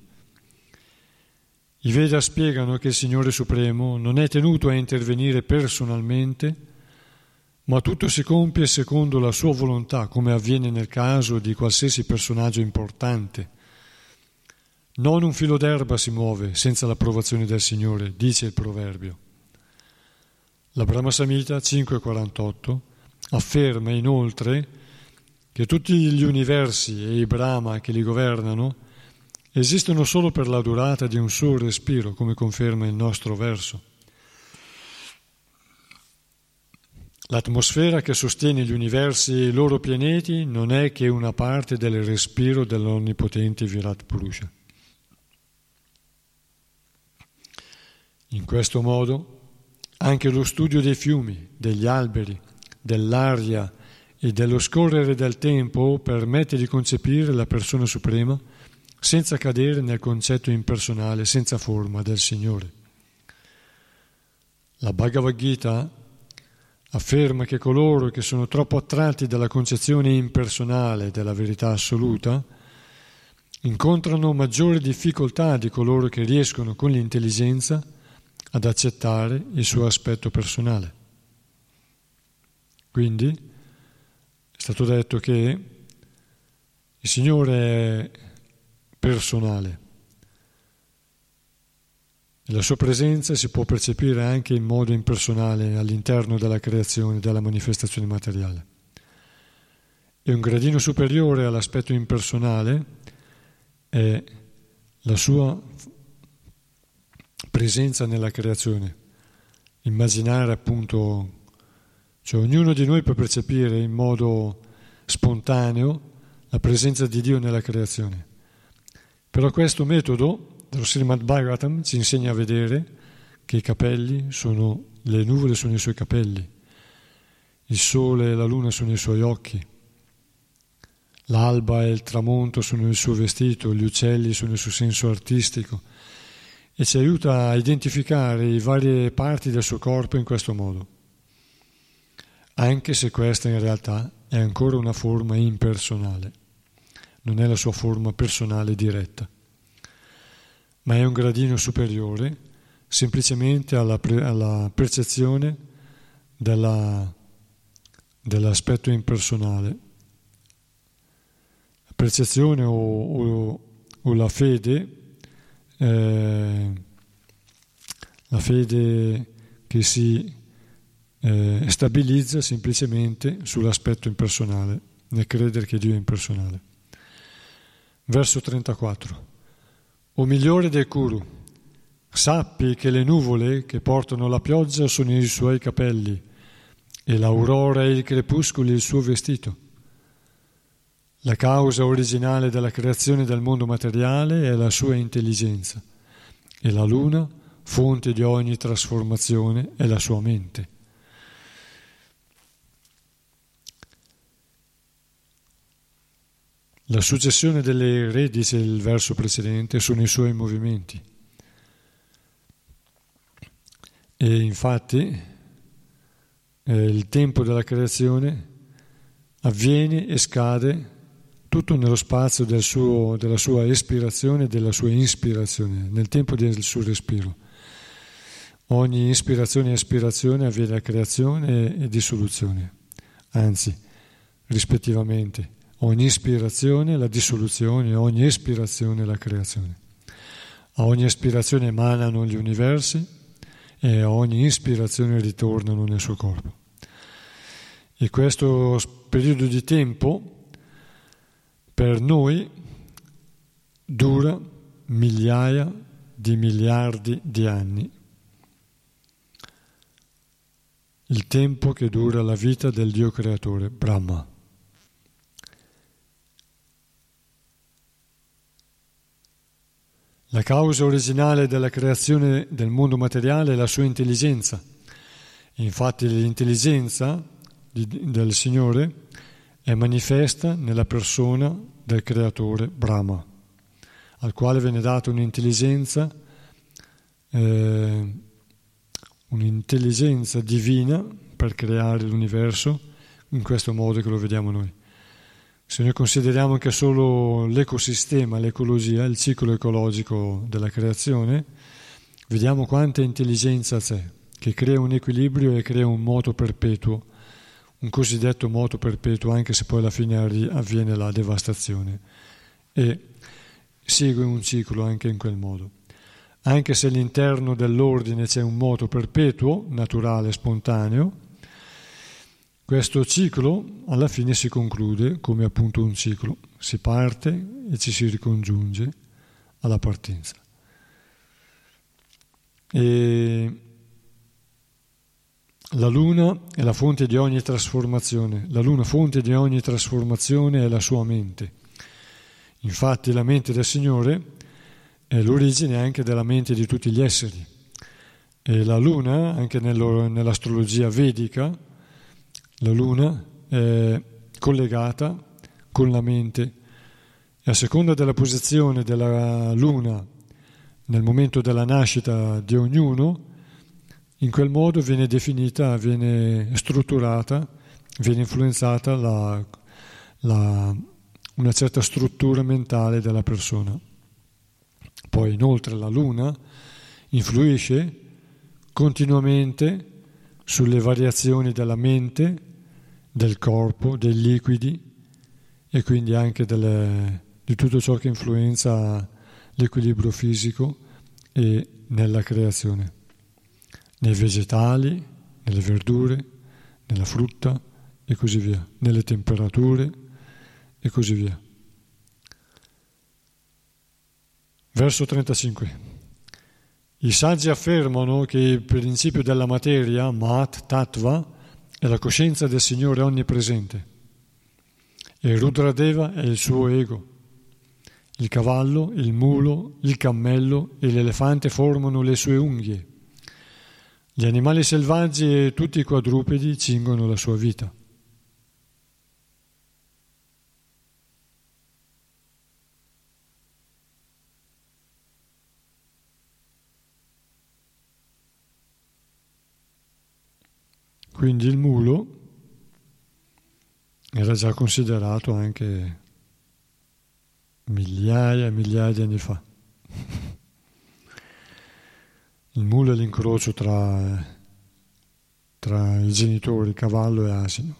I Veda spiegano che il Signore Supremo non è tenuto a intervenire personalmente, ma tutto si compie secondo la sua volontà, come avviene nel caso di qualsiasi personaggio importante. Non un filo d'erba si muove senza l'approvazione del Signore, dice il proverbio. La Brahma Samhita 5.48 afferma inoltre che tutti gli universi e i Brahma che li governano esistono solo per la durata di un suo respiro, come conferma il nostro verso. L'atmosfera che sostiene gli universi e i loro pianeti non è che una parte del respiro dell'onnipotente Virat Purusha. In questo modo, anche lo studio dei fiumi, degli alberi, dell'aria e dello scorrere del tempo permette di concepire la persona suprema senza cadere nel concetto impersonale, senza forma del Signore. La Bhagavad Gita afferma che coloro che sono troppo attratti dalla concezione impersonale della verità assoluta incontrano maggiori difficoltà di coloro che riescono con l'intelligenza ad accettare il suo aspetto personale. Quindi è stato detto che il Signore è personale e la sua presenza si può percepire anche in modo impersonale all'interno della creazione, della manifestazione materiale. E un gradino superiore all'aspetto impersonale è la sua presenza nella creazione. Immaginare appunto, cioè ognuno di noi può percepire in modo spontaneo la presenza di Dio nella creazione. Però questo metodo dello Srimad Bhagavatam ci insegna a vedere che i capelli sono, le nuvole sono i suoi capelli, il sole e la luna sono i suoi occhi, l'alba e il tramonto sono il suo vestito, gli uccelli sono il suo senso artistico, e ci aiuta a identificare le varie parti del suo corpo in questo modo, anche se questa in realtà è ancora una forma impersonale, non è la sua forma personale diretta, ma è un gradino superiore semplicemente alla percezione dell'aspetto impersonale. La percezione o la fede che si stabilizza semplicemente sull'aspetto impersonale, nel credere che Dio è impersonale. Verso 34. O migliore del Kuru, sappi che le nuvole che portano la pioggia sono i suoi capelli e l'aurora e il crepuscolo il suo vestito. La causa originale della creazione del mondo materiale è la sua intelligenza e la luna, fonte di ogni trasformazione, è la sua mente. La successione delle re, dice il verso precedente, sono i suoi movimenti. E infatti il tempo della creazione avviene e scade tutto nello spazio della sua espirazione e della sua ispirazione, nel tempo del suo respiro. Ogni ispirazione e espirazione avviene la creazione e dissoluzione, anzi, rispettivamente, ogni ispirazione la dissoluzione, ogni espirazione la creazione. A ogni espirazione emanano gli universi e a ogni ispirazione ritornano nel suo corpo. E questo periodo di tempo per noi dura migliaia di miliardi di anni. Il tempo che dura la vita del Dio creatore, Brahma. La causa originale della creazione del mondo materiale è la sua intelligenza. Infatti l'intelligenza del Signore è manifesta nella persona del creatore Brahma, al quale viene data un'intelligenza divina per creare l'universo in questo modo che lo vediamo noi. Se noi consideriamo anche solo l'ecosistema, l'ecologia, il ciclo ecologico della creazione, vediamo quanta intelligenza c'è, che crea un equilibrio e crea un moto perpetuo, un cosiddetto moto perpetuo, anche se poi alla fine avviene la devastazione, e segue un ciclo anche in quel modo. Anche se all'interno dell'ordine c'è un moto perpetuo, naturale, spontaneo, questo ciclo alla fine si conclude come appunto un ciclo, si parte e ci si ricongiunge alla partenza. E la luna è la fonte di ogni trasformazione, la luna fonte di ogni trasformazione è la sua mente. Infatti la mente del Signore è l'origine anche della mente di tutti gli esseri. E la luna, anche nell'astrologia vedica, la luna è collegata con la mente e a seconda della posizione della luna nel momento della nascita di ognuno, in quel modo viene definita, viene strutturata, viene influenzata una certa struttura mentale della persona. Poi inoltre la luna influisce continuamente sulle variazioni della mente, del corpo, dei liquidi e quindi anche di tutto ciò che influenza l'equilibrio fisico e nella creazione, nei vegetali, nelle verdure, nella frutta e così via, nelle temperature e così via. Verso 35. I saggi affermano che il principio della materia, Mat Tattva, è la coscienza del Signore onnipresente e Rudradeva è il suo ego. Il cavallo, il mulo, il cammello e l'elefante formano le sue unghie. Gli animali selvaggi e tutti i quadrupedi cingono la sua vita. quindi il mulo era già considerato anche migliaia e migliaia di anni fa. Il mulo è l'incrocio tra i genitori, cavallo e asino.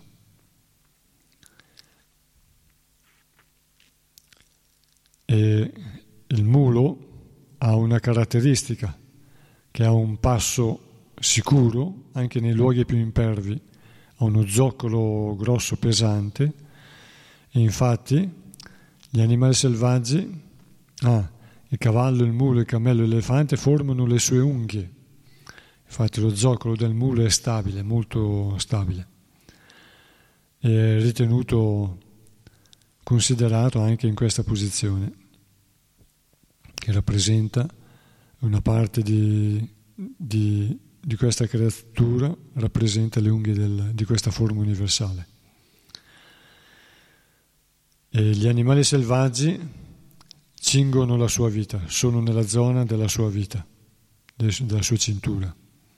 E il mulo ha una caratteristica, che ha un passo sicuro anche nei luoghi più impervi, ha uno zoccolo grosso pesante, e infatti gli animali selvaggi, il cavallo, il mulo, il cammello e l'elefante formano le sue unghie. Infatti lo zoccolo del mulo è stabile, molto stabile, è ritenuto, considerato anche in questa posizione, che rappresenta una parte di questa creatura, rappresenta le unghie di questa forma universale. E gli animali selvaggi cingono la sua vita, sono nella zona della sua vita, della sua cintura.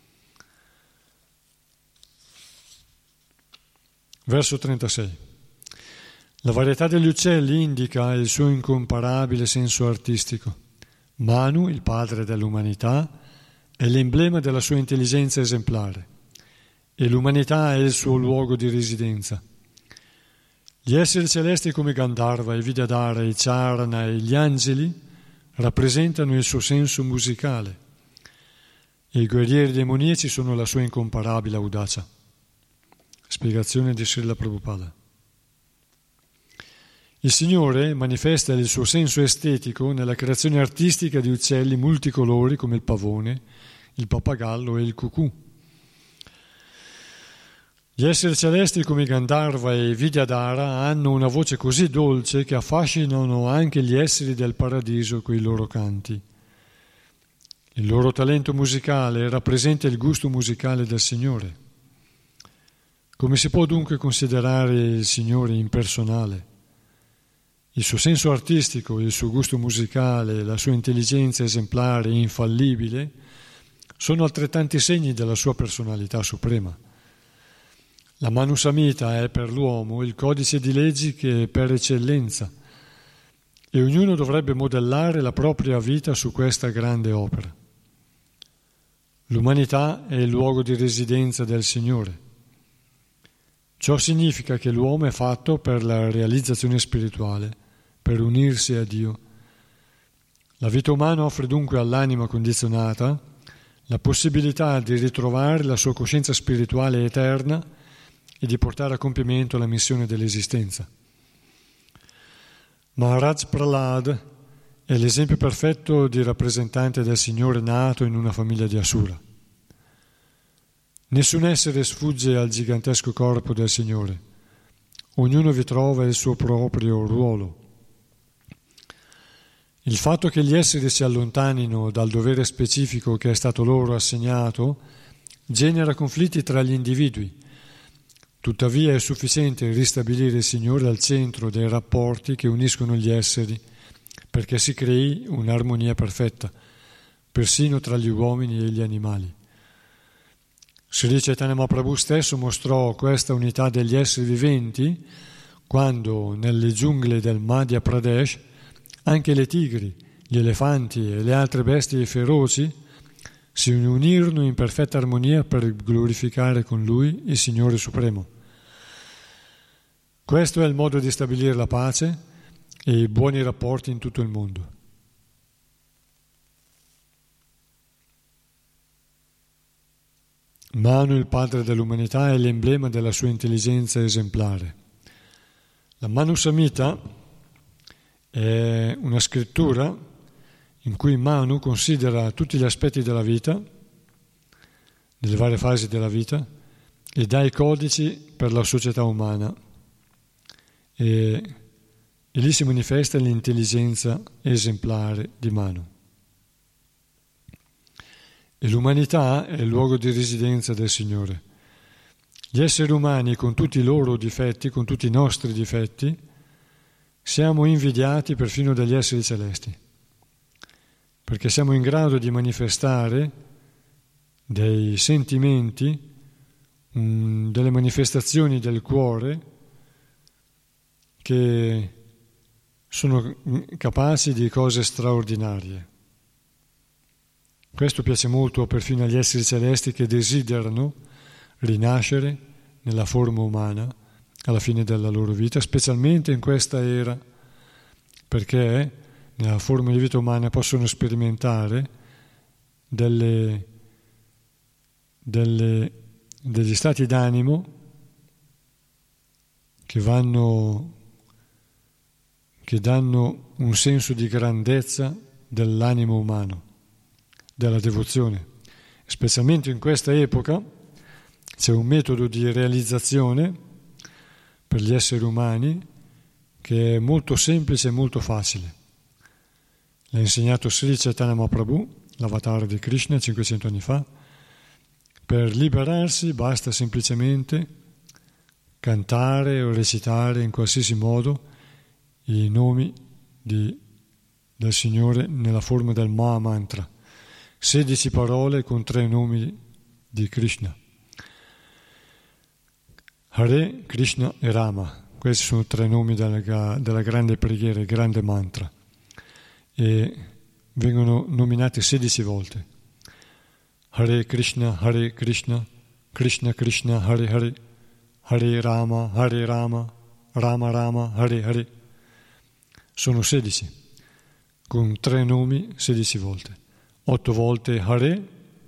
Verso 36. La varietà degli uccelli indica il suo incomparabile senso artistico. Manu, il padre dell'umanità, è l'emblema della sua intelligenza esemplare e l'umanità è il suo luogo di residenza. Gli esseri celesti come Gandharva, i Vidyadhara, i Charana e gli angeli rappresentano il suo senso musicale e i guerrieri demoniaci sono la sua incomparabile audacia. Spiegazione di Srila Prabhupada. Il Signore manifesta il suo senso estetico nella creazione artistica di uccelli multicolori come il pavone, il pappagallo e il cucù. Gli esseri celesti come Gandharva e Vidyadhara hanno una voce così dolce che affascinano anche gli esseri del paradiso coi loro canti. Il loro talento musicale rappresenta il gusto musicale del Signore. Come si può dunque considerare il Signore impersonale? Il suo senso artistico, il suo gusto musicale, la sua intelligenza esemplare e infallibile sono altrettanti segni della sua personalità suprema. La Manu Samhita è per l'uomo il codice di leggi che è per eccellenza e ognuno dovrebbe modellare la propria vita su questa grande opera. L'umanità è il luogo di residenza del Signore. Ciò significa che l'uomo è fatto per la realizzazione spirituale, per unirsi a Dio. La vita umana offre dunque all'anima condizionata la possibilità di ritrovare la sua coscienza spirituale eterna e di portare a compimento la missione dell'esistenza. Maharaj Prahlad è l'esempio perfetto di rappresentante del Signore nato in una famiglia di Asura. Nessun essere sfugge al gigantesco corpo del Signore. Ognuno vi trova il suo proprio ruolo. Il fatto che gli esseri si allontanino dal dovere specifico che è stato loro assegnato genera conflitti tra gli individui. Tuttavia è sufficiente ristabilire il Signore al centro dei rapporti che uniscono gli esseri perché si crei un'armonia perfetta, persino tra gli uomini e gli animali. Sri Chaitanya Mahaprabhu stesso mostrò questa unità degli esseri viventi quando nelle giungle del Madhya Pradesh anche le tigri, gli elefanti e le altre bestie feroci si unirono in perfetta armonia per glorificare con lui il Signore Supremo. Questo è il modo di stabilire la pace e i buoni rapporti in tutto il mondo. Manu, il padre dell'umanità, è l'emblema della sua intelligenza esemplare. La Manu Samhita è una scrittura in cui Manu considera tutti gli aspetti della vita, delle varie fasi della vita, e dà i codici per la società umana. E lì si manifesta l'intelligenza esemplare di Manu. E l'umanità è il luogo di residenza del Signore. Gli esseri umani, con tutti i loro difetti, con tutti i nostri difetti, siamo invidiati perfino dagli esseri celesti, perché siamo in grado di manifestare dei sentimenti delle manifestazioni del cuore che sono capaci di cose straordinarie. Questo piace molto perfino agli esseri celesti che desiderano rinascere nella forma umana alla fine della loro vita, specialmente in questa era, perché nella forma di vita umana possono sperimentare degli stati d'animo che danno un senso di grandezza dell'animo umano, della devozione. Specialmente in questa epoca c'è un metodo di realizzazione per gli esseri umani che è molto semplice e molto facile. L'ha insegnato Sri Chaitanya Mahaprabhu, l'avatar di Krishna, 500 anni fa. Per liberarsi basta semplicemente cantare o recitare in qualsiasi modo i nomi del Signore nella forma del Maha Mantra. 16 parole con 3 nomi di Krishna. Hare, Krishna e Rama. Questi sono 3 nomi della grande preghiera, il grande mantra. E vengono nominati 16 volte. Hare Krishna, Krishna Krishna, Hare Hare, Hare Rama, Rama Rama, Hare Hare. Sono 16, con 3 nomi 16 volte. 8 volte Hare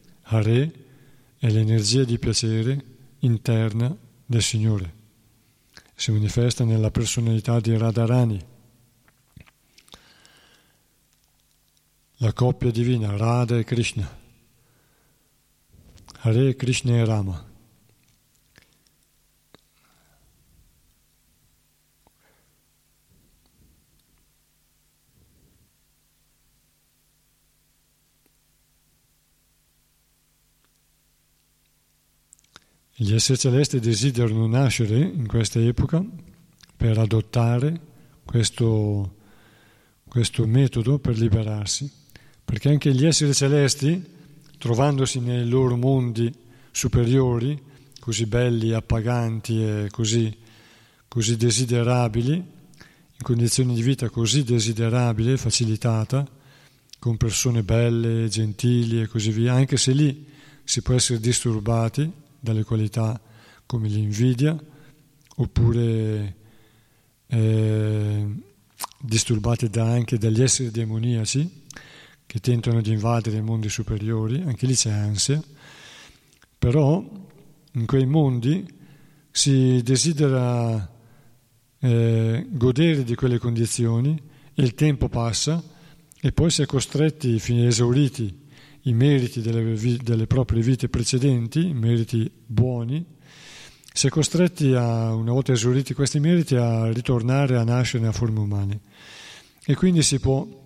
è l'energia di piacere interna del Signore. Si manifesta nella personalità di Radharani. La coppia divina, Radha e Krishna. Hare, Krishna e Rama. Gli esseri celesti desiderano nascere in questa epoca per adottare questo metodo per liberarsi, perché anche gli esseri celesti, trovandosi nei loro mondi superiori, così belli, appaganti e così desiderabili, in condizioni di vita così desiderabile, facilitata, con persone belle, gentili e così via, anche se lì si può essere disturbati dalle qualità come l'invidia, oppure disturbati anche dagli esseri demoniaci che tentano di invadere i mondi superiori, anche lì c'è ansia, però in quei mondi si desidera godere di quelle condizioni e il tempo passa e poi si è costretti, esauriti i meriti delle proprie vite precedenti, i meriti buoni, si è costretti una volta esauriti questi meriti, a ritornare a nascere nella forma umana. E quindi si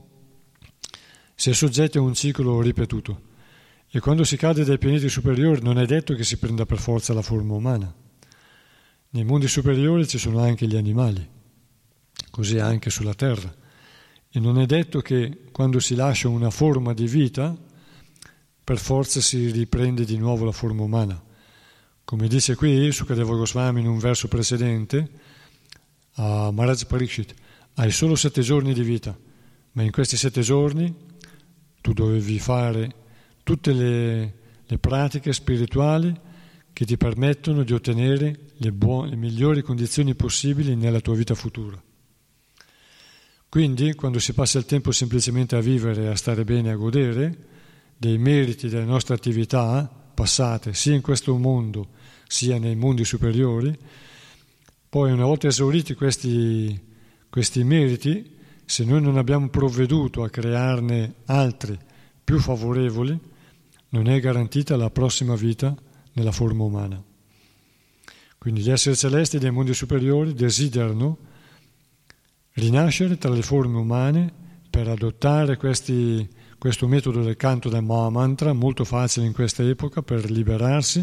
è soggetti a un ciclo ripetuto. E quando si cade dai pianeti superiori non è detto che si prenda per forza la forma umana. Nei mondi superiori ci sono anche gli animali, così anche sulla Terra. E non è detto che quando si lascia una forma di vita, per forza si riprende di nuovo la forma umana. Come dice qui Sukadeva Goswami in un verso precedente, a Maharaj Parikshit, hai solo 7 giorni di vita, ma in questi 7 giorni tu dovevi fare tutte le pratiche spirituali che ti permettono di ottenere le migliori condizioni possibili nella tua vita futura. Quindi, quando si passa il tempo semplicemente a vivere, a stare bene, a godere dei meriti delle nostre attività passate, sia in questo mondo, sia nei mondi superiori, poi una volta esauriti questi meriti, se noi non abbiamo provveduto a crearne altri più favorevoli, non è garantita la prossima vita nella forma umana. Quindi gli esseri celesti dei mondi superiori desiderano rinascere tra le forme umane per adottare questo metodo del canto del Maha Mantra, molto facile in questa epoca, per liberarsi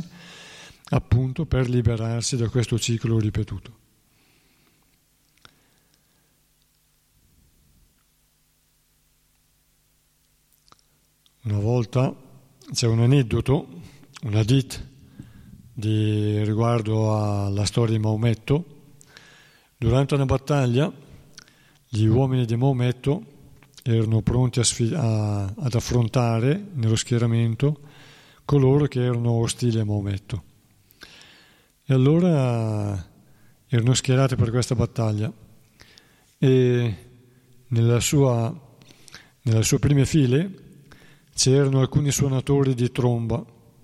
da questo ciclo ripetuto. Una volta c'è un aneddoto, un hadith riguardo alla storia di Maometto. Durante una battaglia gli uomini di Maometto erano pronti ad affrontare nello schieramento coloro che erano ostili a Maometto. E allora erano schierati per questa battaglia e nelle sue prime file c'erano alcuni suonatori di tromba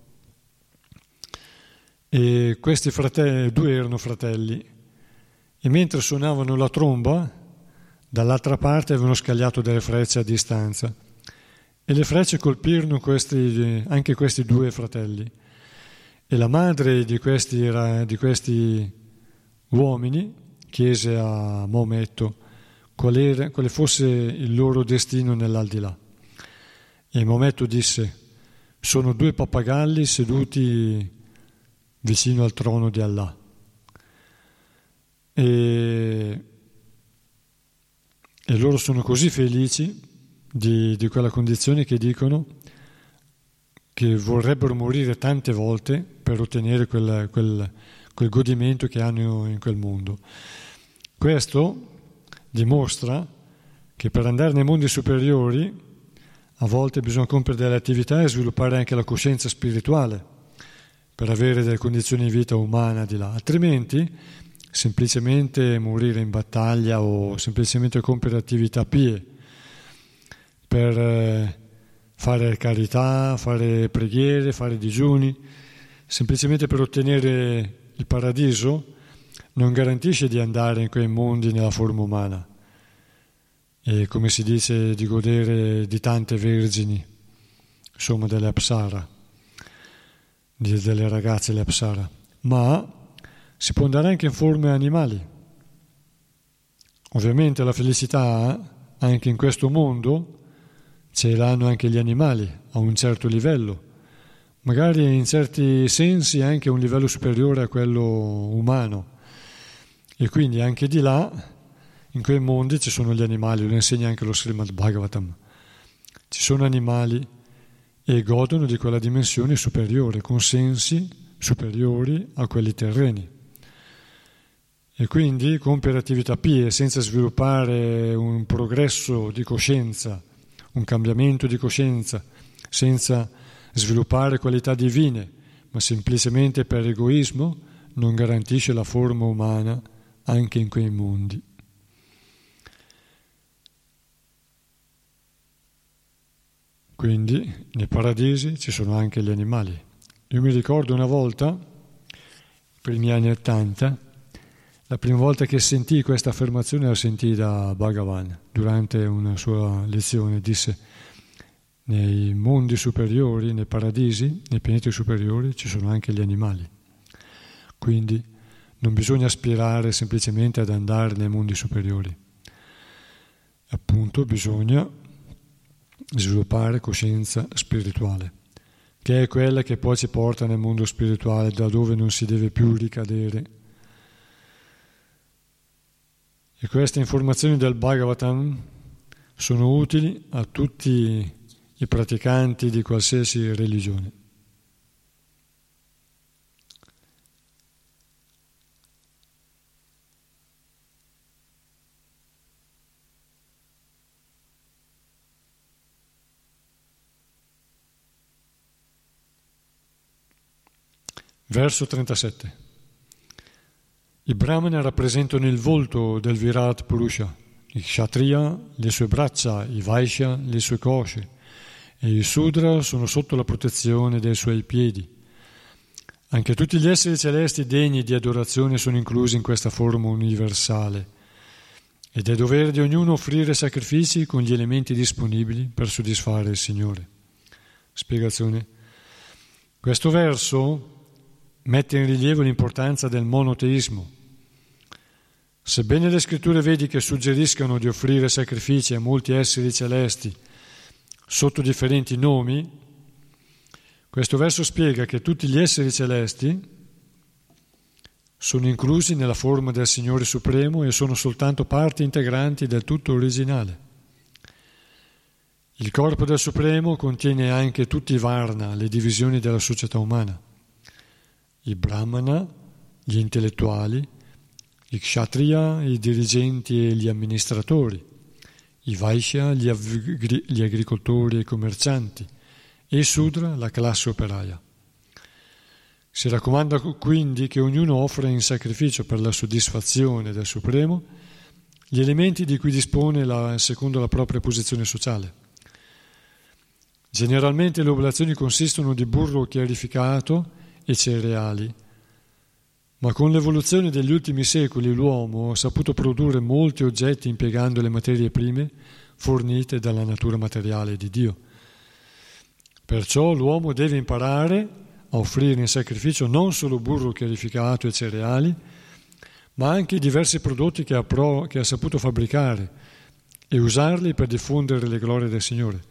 e questi due erano fratelli, e mentre suonavano la tromba dall'altra parte avevano scagliato delle frecce a distanza e le frecce colpirono anche questi due fratelli. E la madre di questi uomini chiese a Maometto quale fosse il loro destino nell'aldilà. E Maometto disse: sono due pappagalli seduti vicino al trono di Allah. E loro sono così felici di quella condizione che dicono che vorrebbero morire tante volte per ottenere quel godimento che hanno in quel mondo. Questo dimostra che per andare nei mondi superiori a volte bisogna compiere delle attività e sviluppare anche la coscienza spirituale per avere delle condizioni di vita umana di là, altrimenti semplicemente morire in battaglia o semplicemente compiere attività pie per fare carità, fare preghiere, fare digiuni, semplicemente per ottenere il paradiso, non garantisce di andare in quei mondi nella forma umana e, come si dice, di godere di tante vergini, insomma delle apsara, delle ragazze delle apsara, ma si può andare anche in forme animali. Ovviamente la felicità anche in questo mondo ce l'hanno anche gli animali a un certo livello, magari in certi sensi anche a un livello superiore a quello umano, e quindi anche di là, in quei mondi, ci sono gli animali, lo insegna anche lo Srimad Bhagavatam. Ci sono animali e godono di quella dimensione superiore, con sensi superiori a quelli terreni. E quindi compiere attività pie senza sviluppare un progresso di coscienza, un cambiamento di coscienza, senza sviluppare qualità divine, ma semplicemente per egoismo, non garantisce la forma umana anche in quei mondi. Quindi nei paradisi ci sono anche gli animali. Io mi ricordo una volta, per i miei anni 80, la prima volta che sentii questa affermazione la sentii da Bhagavan durante una sua lezione. Disse: nei mondi superiori, nei paradisi, nei pianeti superiori ci sono anche gli animali. Quindi non bisogna aspirare semplicemente ad andare nei mondi superiori. Appunto bisogna sviluppare coscienza spirituale, che è quella che poi ci porta nel mondo spirituale, da dove non si deve più ricadere. E queste informazioni del Bhagavatam sono utili a tutti i praticanti di qualsiasi religione. Verso 37. I Brahmana rappresentano il volto del Virat Purusha, i Kshatriya le sue braccia, i Vaishya le sue cosce e i Sudra sono sotto la protezione dei suoi piedi. Anche tutti gli esseri celesti degni di adorazione sono inclusi in questa forma universale ed è dovere di ognuno offrire sacrifici con gli elementi disponibili per soddisfare il Signore. Spiegazione. Questo verso mette in rilievo l'importanza del monoteismo. Sebbene le scritture vediche suggeriscano di offrire sacrifici a molti esseri celesti sotto differenti nomi, questo verso spiega che tutti gli esseri celesti sono inclusi nella forma del Signore Supremo e sono soltanto parti integranti del tutto originale. Il corpo del Supremo contiene anche tutti i Varna, le divisioni della società umana. i brahmana, gli intellettuali, i kshatriya, i dirigenti e gli amministratori, i vaishya, gli agricoltori e i commercianti, e i sudra, la classe operaia. Si raccomanda quindi che ognuno offra in sacrificio per la soddisfazione del Supremo gli elementi di cui dispone secondo la propria posizione sociale. Generalmente le oblazioni consistono di burro chiarificato e cereali, ma con l'evoluzione degli ultimi secoli l'uomo ha saputo produrre molti oggetti impiegando le materie prime fornite dalla natura materiale di Dio. Perciò l'uomo deve imparare a offrire in sacrificio non solo burro chiarificato e cereali, ma anche i diversi prodotti che ha saputo fabbricare e usarli per diffondere le glorie del Signore,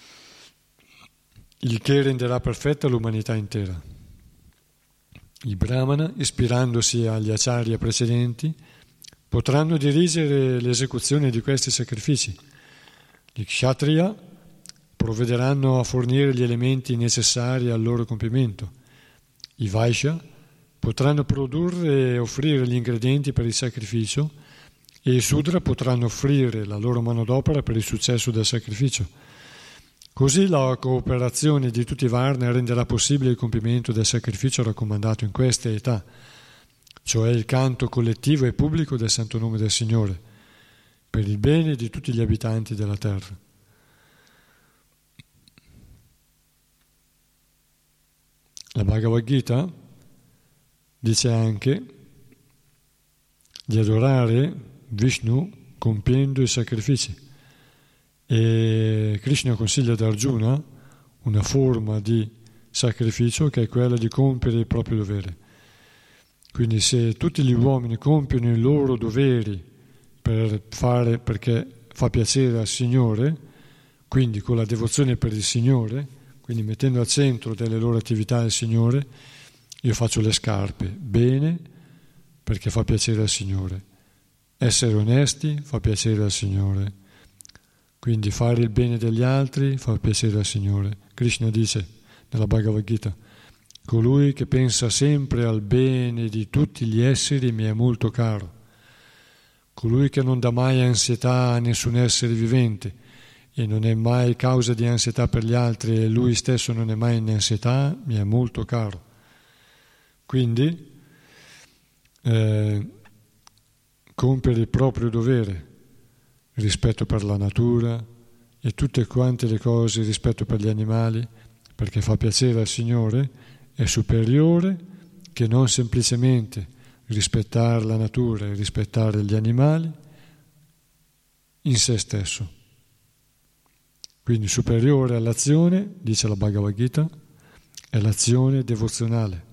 il che renderà perfetta l'umanità intera. I brahmana, ispirandosi agli acharya precedenti, potranno dirigere l'esecuzione di questi sacrifici. Gli kshatriya provvederanno a fornire gli elementi necessari al loro compimento. I vaishya potranno produrre e offrire gli ingredienti per il sacrificio e i sudra potranno offrire la loro manodopera per il successo del sacrificio. Così la cooperazione di tutti i varna renderà possibile il compimento del sacrificio raccomandato in queste età, cioè il canto collettivo e pubblico del santo nome del Signore, per il bene di tutti gli abitanti della terra. La Bhagavad Gita dice anche di adorare Vishnu compiendo i sacrifici, e Krishna consiglia ad Arjuna una forma di sacrificio che è quella di compiere il proprio dovere. Quindi se tutti gli uomini compiono i loro doveri perché fa piacere al Signore, quindi con la devozione per il Signore, quindi mettendo al centro delle loro attività il Signore, io faccio le scarpe bene perché fa piacere al Signore. Essere onesti fa piacere al Signore. Quindi fare il bene degli altri fa piacere al Signore. Krishna dice nella Bhagavad Gita: colui che pensa sempre al bene di tutti gli esseri mi è molto caro. Colui che non dà mai ansietà a nessun essere vivente e non è mai causa di ansietà per gli altri e lui stesso non è mai in ansietà, mi è molto caro. Quindi compiere il proprio dovere, rispetto per la natura e tutte quante le cose, rispetto per gli animali, perché fa piacere al Signore, è superiore che non semplicemente rispettare la natura e rispettare gli animali in se stesso. Quindi superiore all'azione, dice la Bhagavad Gita, è l'azione devozionale.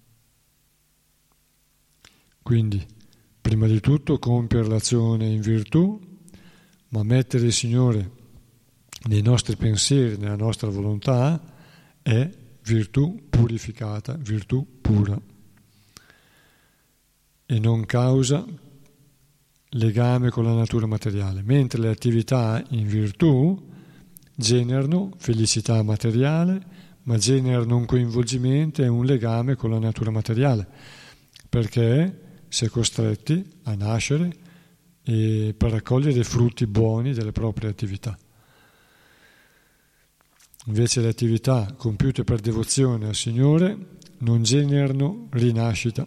Quindi, prima di tutto, compiere l'azione in virtù, ma mettere il Signore nei nostri pensieri, nella nostra volontà, è virtù purificata, virtù pura. E non causa legame con la natura materiale, mentre le attività in virtù generano felicità materiale, ma generano un coinvolgimento e un legame con la natura materiale, perché si è costretti a nascere e per raccogliere i frutti buoni delle proprie attività. Invece le attività compiute per devozione al Signore non generano rinascita,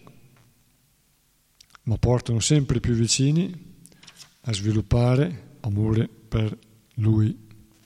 ma portano sempre più vicini a sviluppare amore per Lui.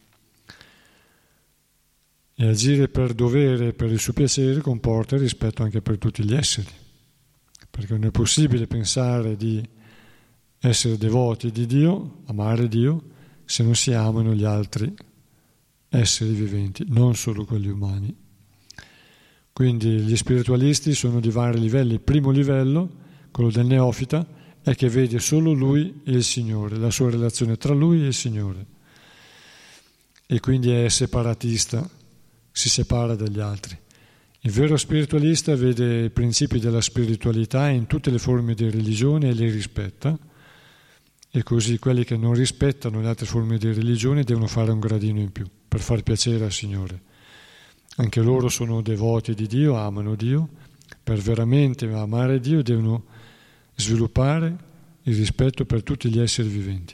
E agire per dovere e per il suo piacere comporta il rispetto anche per tutti gli esseri, perché non è possibile pensare di essere devoti di Dio, amare Dio, se non si amano gli altri esseri viventi, non solo quelli umani. Quindi gli spiritualisti sono di vari livelli. Il primo livello, quello del neofita, è che vede solo lui e il Signore, la sua relazione tra lui e il Signore, e quindi è separatista, si separa dagli altri. Il vero spiritualista vede i principi della spiritualità in tutte le forme di religione e li rispetta, e così quelli che non rispettano le altre forme di religione devono fare un gradino in più per far piacere al Signore. Anche loro sono devoti di Dio, amano Dio, per veramente amare Dio, devono sviluppare il rispetto per tutti gli esseri viventi,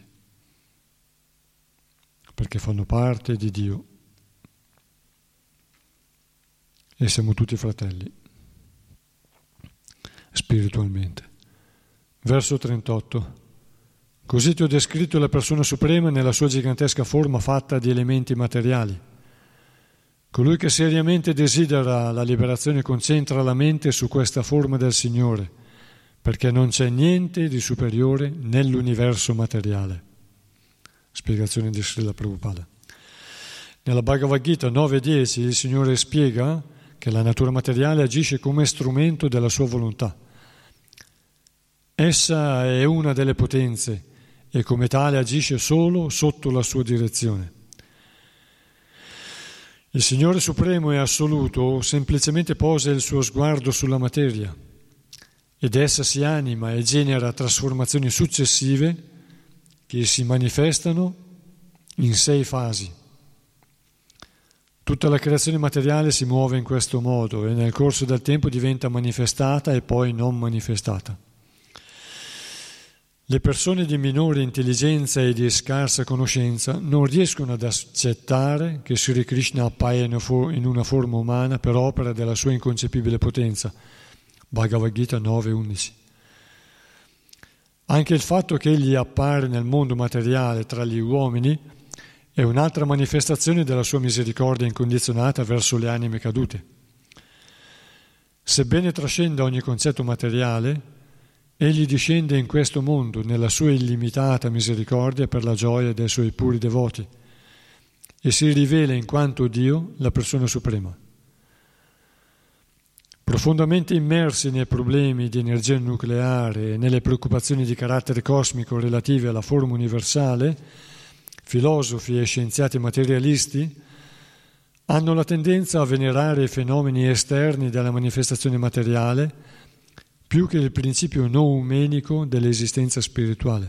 perché fanno parte di Dio e siamo tutti fratelli spiritualmente. Verso 38. Così ti ho descritto la persona suprema nella sua gigantesca forma fatta di elementi materiali. Colui che seriamente desidera la liberazione concentra la mente su questa forma del Signore, perché non c'è niente di superiore nell'universo materiale. Spiegazione di Srila Prabhupada. Nella Bhagavad Gita 9.10 il Signore spiega che la natura materiale agisce come strumento della sua volontà. Essa è una delle potenze e come tale agisce solo sotto la sua direzione. Il Signore Supremo e Assoluto semplicemente posa il suo sguardo sulla materia ed essa si anima e genera trasformazioni successive che si manifestano in 6 fasi. Tutta la creazione materiale si muove in questo modo e nel corso del tempo diventa manifestata e poi non manifestata. Le persone di minore intelligenza e di scarsa conoscenza non riescono ad accettare che Sri Krishna appaia in una forma umana per opera della sua inconcepibile potenza. Bhagavad Gita 9.11. Anche il fatto che egli appare nel mondo materiale tra gli uomini è un'altra manifestazione della sua misericordia incondizionata verso le anime cadute. Sebbene trascenda ogni concetto materiale, egli discende in questo mondo nella sua illimitata misericordia per la gioia dei suoi puri devoti e si rivela in quanto Dio, la persona suprema. Profondamente immersi nei problemi di energia nucleare e nelle preoccupazioni di carattere cosmico relative alla forma universale, filosofi e scienziati materialisti hanno la tendenza a venerare i fenomeni esterni della manifestazione materiale più che il principio noumenico dell'esistenza spirituale.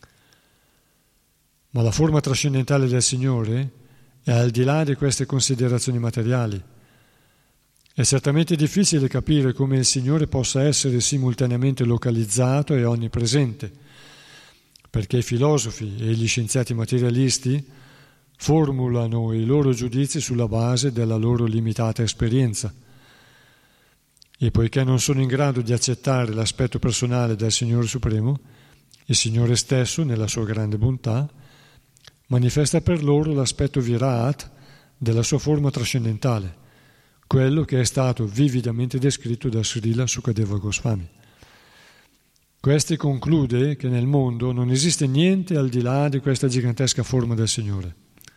Ma la forma trascendentale del Signore è al di là di queste considerazioni materiali. È certamente difficile capire come il Signore possa essere simultaneamente localizzato e onnipresente, perché i filosofi e gli scienziati materialisti formulano i loro giudizi sulla base della loro limitata esperienza. E poiché non sono in grado di accettare l'aspetto personale del Signore Supremo, il Signore stesso, nella sua grande bontà, manifesta per loro l'aspetto virat della sua forma trascendentale, quello che è stato vividamente descritto da Srila Sukadeva Goswami. Questi conclude che nel mondo non esiste niente al di là di questa gigantesca forma del Signore.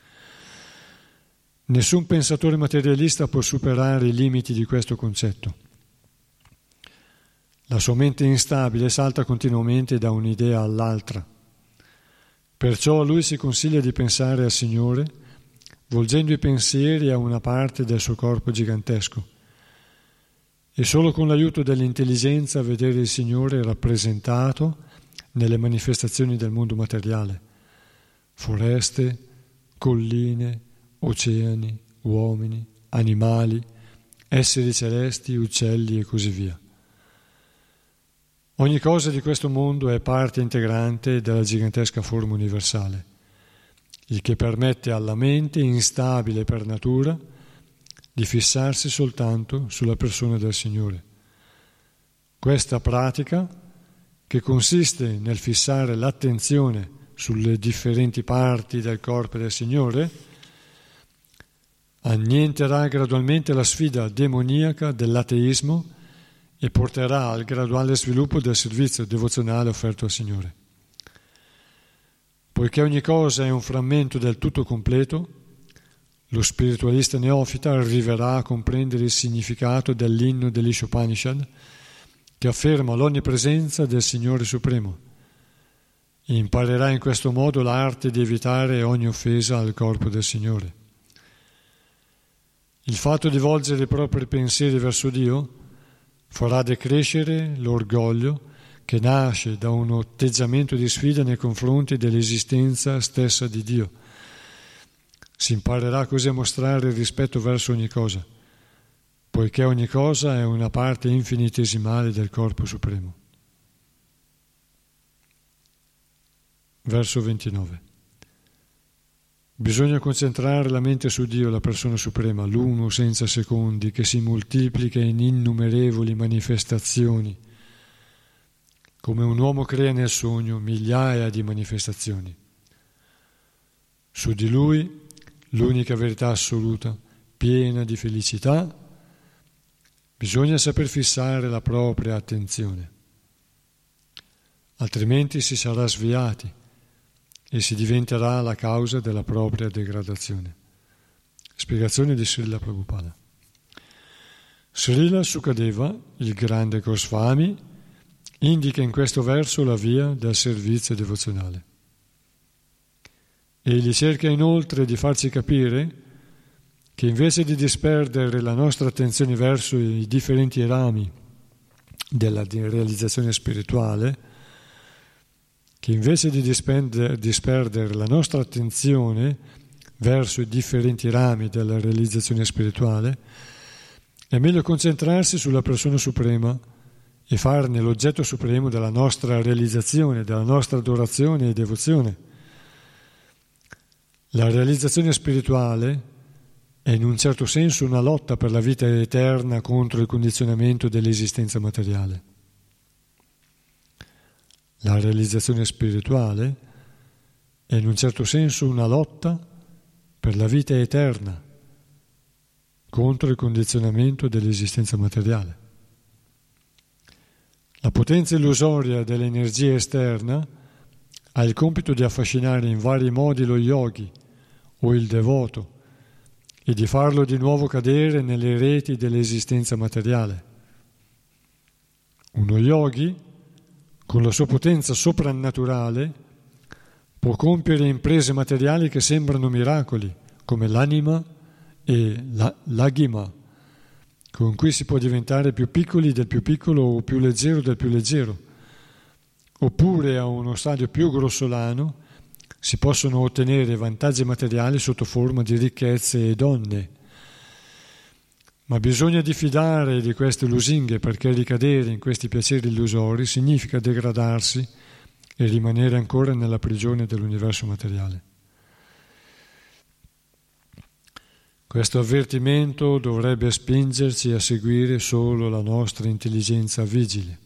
Nessun pensatore materialista può superare i limiti di questo concetto. La sua mente instabile salta continuamente da un'idea all'altra. Perciò a lui si consiglia di pensare al Signore, volgendo i pensieri a una parte del suo corpo gigantesco, e solo con l'aiuto dell'intelligenza vedere il Signore rappresentato nelle manifestazioni del mondo materiale: foreste, colline, oceani, uomini, animali, esseri celesti, uccelli e così via. Ogni cosa di questo mondo è parte integrante della gigantesca forma universale, il che permette alla mente, instabile per natura, di fissarsi soltanto sulla persona del Signore. Questa pratica, che consiste nel fissare l'attenzione sulle differenti parti del corpo del Signore, annienterà gradualmente la sfida demoniaca dell'ateismo e porterà al graduale sviluppo del servizio devozionale offerto al Signore. Poiché ogni cosa è un frammento del tutto completo, lo spiritualista neofita arriverà a comprendere il significato dell'inno dell'Ishopanishad che afferma l'onnipresenza del Signore Supremo e imparerà in questo modo l'arte di evitare ogni offesa al corpo del Signore. Il fatto di volgere i propri pensieri verso Dio farà decrescere l'orgoglio che nasce da un atteggiamento di sfida nei confronti dell'esistenza stessa di Dio. Si imparerà così a mostrare rispetto verso ogni cosa, poiché ogni cosa è una parte infinitesimale del Corpo Supremo. Verso 29. Bisogna concentrare la mente su Dio, la persona suprema, l'uno senza secondi, che si moltiplica in innumerevoli manifestazioni, come un uomo crea nel sogno migliaia di manifestazioni. Su di Lui, l'unica verità assoluta, piena di felicità, bisogna saper fissare la propria attenzione, altrimenti si sarà sviati e si diventerà la causa della propria degradazione. Spiegazione di Srila Prabhupada. Srila Sukadeva, il grande Goswami, indica in questo verso la via del servizio devozionale. Egli cerca inoltre di farci capire che invece di disperdere la nostra attenzione verso i differenti rami della realizzazione spirituale, che invece di disperdere la nostra attenzione verso i differenti rami della realizzazione spirituale, è meglio concentrarsi sulla persona suprema e farne l'oggetto supremo della nostra realizzazione, della nostra adorazione e devozione. La realizzazione spirituale è in un certo senso una lotta per la vita eterna contro il condizionamento dell'esistenza materiale. La realizzazione spirituale è in un certo senso una lotta per la vita eterna contro il condizionamento dell'esistenza materiale. La potenza illusoria dell'energia esterna ha il compito di affascinare in vari modi lo yogi o il devoto e di farlo di nuovo cadere nelle reti dell'esistenza materiale. Uno yogi, con la sua potenza soprannaturale, può compiere imprese materiali che sembrano miracoli, come l'anima e l'aghima, con cui si può diventare più piccoli del più piccolo o più leggero del più leggero, oppure a uno stadio più grossolano si possono ottenere vantaggi materiali sotto forma di ricchezze e donne. Ma bisogna diffidare di queste lusinghe, perché ricadere in questi piaceri illusori significa degradarsi e rimanere ancora nella prigione dell'universo materiale. Questo avvertimento dovrebbe spingerci a seguire solo la nostra intelligenza vigile.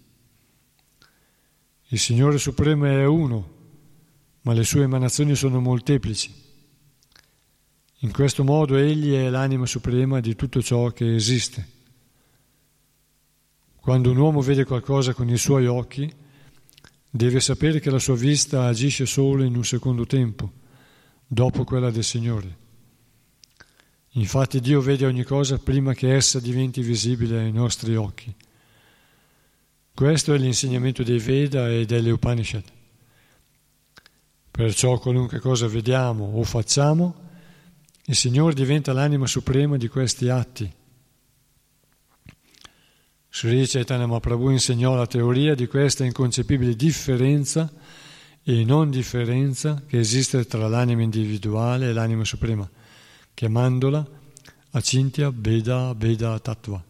Il Signore Supremo è uno, ma le sue emanazioni sono molteplici. In questo modo Egli è l'anima suprema di tutto ciò che esiste. Quando un uomo vede qualcosa con i suoi occhi, deve sapere che la sua vista agisce solo in un secondo tempo, dopo quella del Signore. Infatti Dio vede ogni cosa prima che essa diventi visibile ai nostri occhi. Questo è l'insegnamento dei Veda e delle Upanishad. Perciò qualunque cosa vediamo o facciamo, il Signore diventa l'anima suprema di questi atti. Sri Chaitanya Mahaprabhu insegnò la teoria di questa inconcepibile differenza e non differenza che esiste tra l'anima individuale e l'anima suprema, chiamandola Achintya Bheda Bheda Tattva.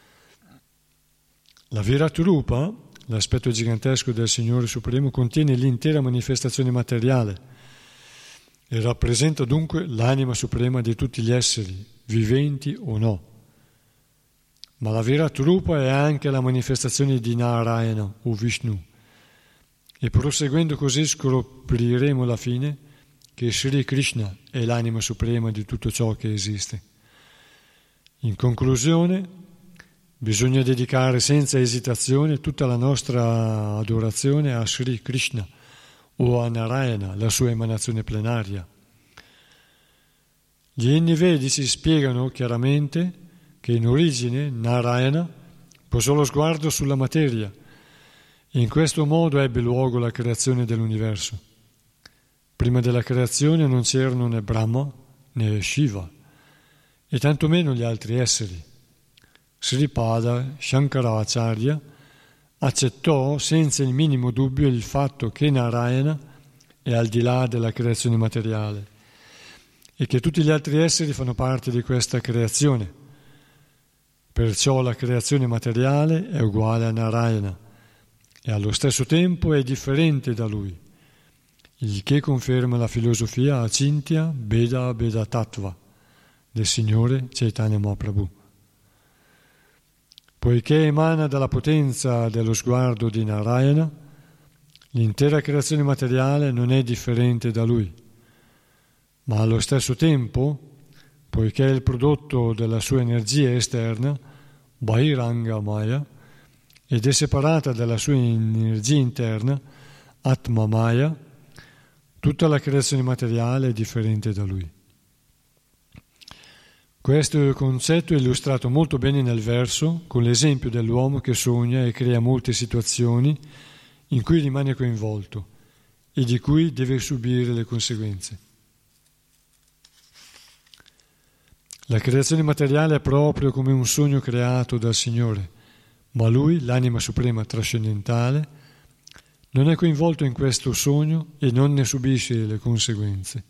La Virat Rupa, l'aspetto gigantesco del Signore Supremo, contiene l'intera manifestazione materiale e rappresenta dunque l'anima suprema di tutti gli esseri, viventi o no. Ma la Virat Rupa è anche la manifestazione di Narayana o Vishnu, e proseguendo così scopriremo alla fine che Sri Krishna è l'anima suprema di tutto ciò che esiste. In conclusione, bisogna dedicare senza esitazione tutta la nostra adorazione a Sri Krishna o a Narayana, la sua emanazione plenaria. Gli inni vedici spiegano chiaramente che in origine Narayana posò lo sguardo sulla materia e in questo modo ebbe luogo la creazione dell'universo. Prima della creazione non c'erano né Brahma né Shiva e tantomeno gli altri esseri. Sripada Shankaracharya accettò senza il minimo dubbio il fatto che Narayana è al di là della creazione materiale e che tutti gli altri esseri fanno parte di questa creazione. Perciò la creazione materiale è uguale a Narayana e allo stesso tempo è differente da lui, il che conferma la filosofia Achintya Bheda Bheda Tattva del Signore Chaitanya Mahaprabhu. Poiché emana dalla potenza dello sguardo di Narayana, l'intera creazione materiale non è differente da lui, ma allo stesso tempo, poiché è il prodotto della sua energia esterna, Bahiranga Maya, ed è separata dalla sua energia interna, Atma Maya, tutta la creazione materiale è differente da lui. Questo concetto è illustrato molto bene nel verso con l'esempio dell'uomo che sogna e crea molte situazioni in cui rimane coinvolto e di cui deve subire le conseguenze. La creazione materiale è proprio come un sogno creato dal Signore, ma Lui, l'anima suprema trascendentale, non è coinvolto in questo sogno e non ne subisce le conseguenze.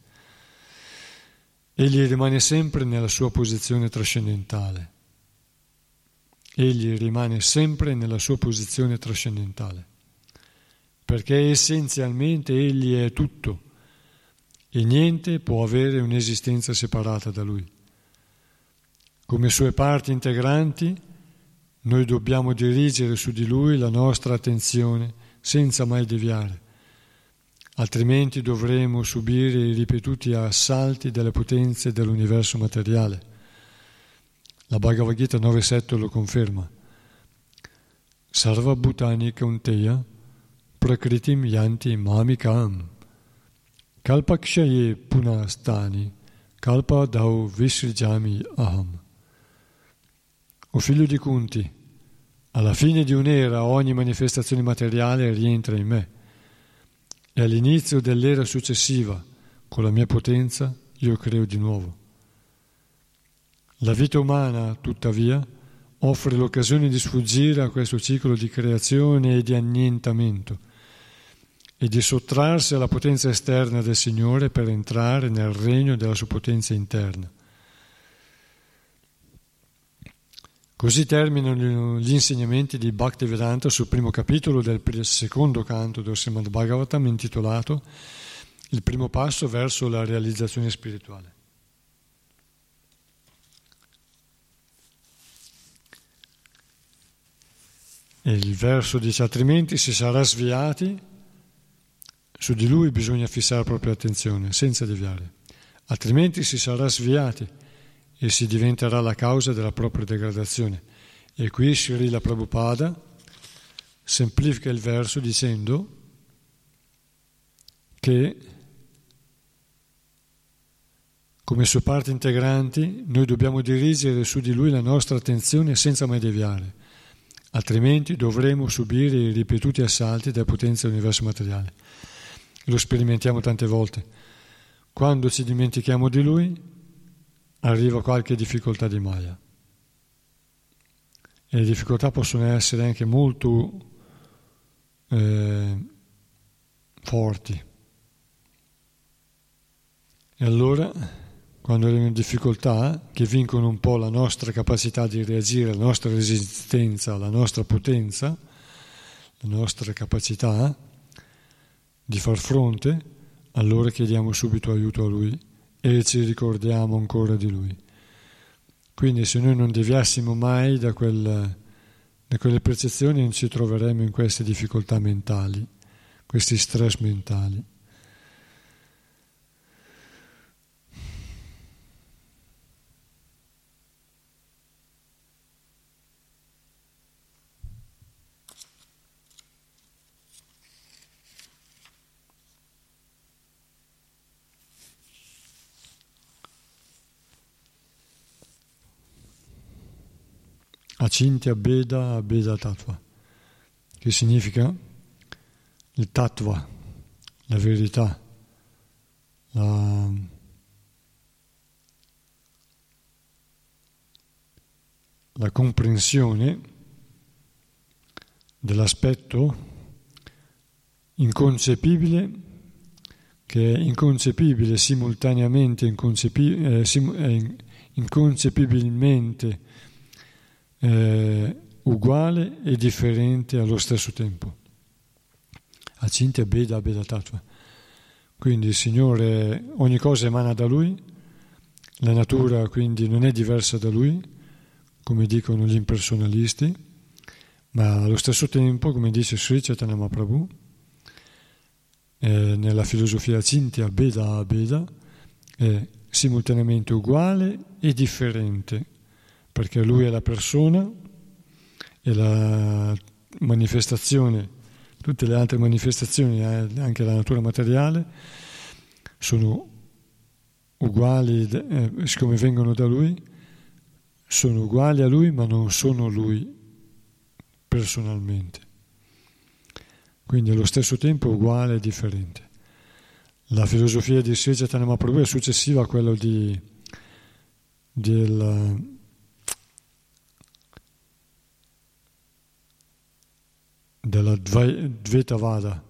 Egli rimane sempre nella sua posizione trascendentale. Egli rimane sempre nella sua posizione trascendentale, perché essenzialmente Egli è tutto e niente può avere un'esistenza separata da Lui. Come sue parti integranti, noi dobbiamo dirigere su di Lui la nostra attenzione senza mai deviare, altrimenti dovremo subire i ripetuti assalti delle potenze dell'universo materiale. La Bhagavad Gita 9.7 lo conferma. Sarva bhutani kaunteya prakritim yanti mamikam kalpakshaye punastani kalpadau visrijami aham. O figlio di Kunti, alla fine di un'era ogni manifestazione materiale rientra in me e all'inizio dell'era successiva, con la mia potenza, io creo di nuovo. La vita umana, tuttavia, offre l'occasione di sfuggire a questo ciclo di creazione e di annientamento e di sottrarsi alla potenza esterna del Signore per entrare nel regno della sua potenza interna. Così terminano gli insegnamenti di Bhaktivedanta sul primo capitolo del secondo canto del Srimad Bhagavatam intitolato Il primo passo verso la realizzazione spirituale. E il verso dice: altrimenti si sarà sviati, su di lui bisogna fissare la propria attenzione senza deviare, altrimenti si sarà sviati e si diventerà la causa della propria degradazione. E qui Srila Prabhupada semplifica il verso dicendo che come sue parti integranti noi dobbiamo dirigere su di lui la nostra attenzione senza mai deviare, altrimenti dovremo subire i ripetuti assalti della potenza dell'universo materiale. Lo sperimentiamo tante volte. Quando ci dimentichiamo di lui, arriva qualche difficoltà di Maya. E le difficoltà possono essere anche molto forti. E allora, quando arrivano difficoltà che vincono un po' la nostra capacità di reagire, la nostra resistenza, la nostra potenza, la nostra capacità di far fronte, allora chiediamo subito aiuto a Lui e ci ricordiamo ancora di Lui. Quindi se noi non deviassimo mai da quelle percezioni non ci troveremo in queste difficoltà mentali, questi stress mentali. Achintya Bheda Bheda Tattva, che significa il tattva, la verità, la comprensione dell'aspetto inconcepibile, che è inconcepibile simultaneamente, inconcepibilmente uguale e differente allo stesso tempo. Acintya Beda Beda Tattva. Quindi il Signore, ogni cosa emana da Lui, la natura quindi non è diversa da Lui, come dicono gli impersonalisti, ma allo stesso tempo, come dice Sri Chaitanya Mahaprabhu, nella filosofia Acintya Beda Beda, è simultaneamente uguale e differente, perché Lui è la persona e la manifestazione, tutte le altre manifestazioni, anche la natura materiale, sono uguali, siccome vengono da Lui, sono uguali a Lui, ma non sono Lui personalmente. Quindi allo stesso tempo uguale e differente. La filosofia di Sri Chaitanya Mahaprabhu è successiva a quella della Dvaitavada,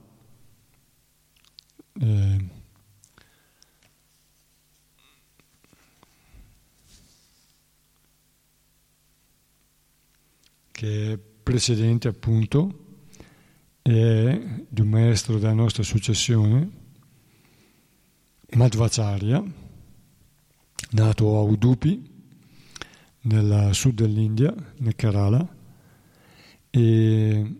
che è precedente appunto, è di un maestro della nostra successione, Madhvacharya, nato a Udupi, nel sud dell'India, nel Kerala, e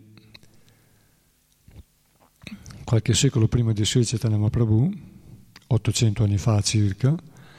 qualche secolo prima di Sri Chaitanya Mahaprabhu, 800 anni fa circa,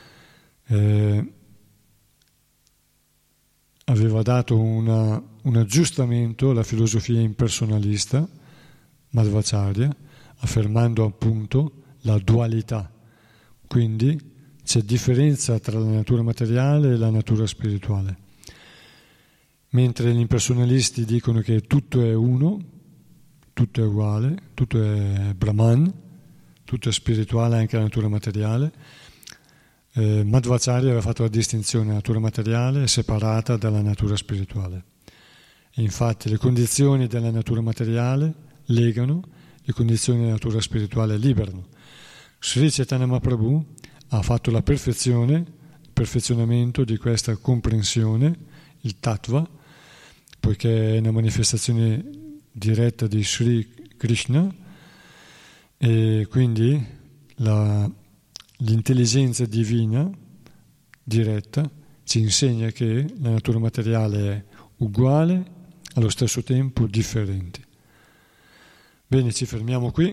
aveva dato un aggiustamento alla filosofia impersonalista Madhvacharya, affermando appunto la dualità. Quindi c'è differenza tra la natura materiale e la natura spirituale. Mentre gli impersonalisti dicono che tutto è uno, tutto è uguale, tutto è Brahman, tutto è spirituale, anche la natura materiale, Madhvacharya aveva fatto la distinzione: la natura materiale è separata dalla natura spirituale. E infatti le condizioni della natura materiale legano, le condizioni della natura spirituale liberano. Sri Chaitanya Mahaprabhu ha fatto la perfezione, il perfezionamento di questa comprensione, il tattva, poiché è una manifestazione diretta di Sri Krishna, e quindi l'intelligenza divina diretta ci insegna che la natura materiale è uguale, allo stesso tempo differente. Bene, ci fermiamo qui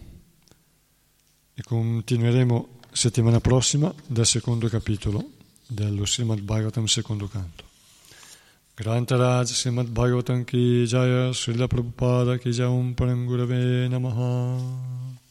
e continueremo settimana prossima dal secondo capitolo dello Srimad Bhagavatam, secondo canto. Grantaraj Srimad Bhagavatam ki jaya, Srila Prabhupada ki jaya, Om Param Gurave Namaha.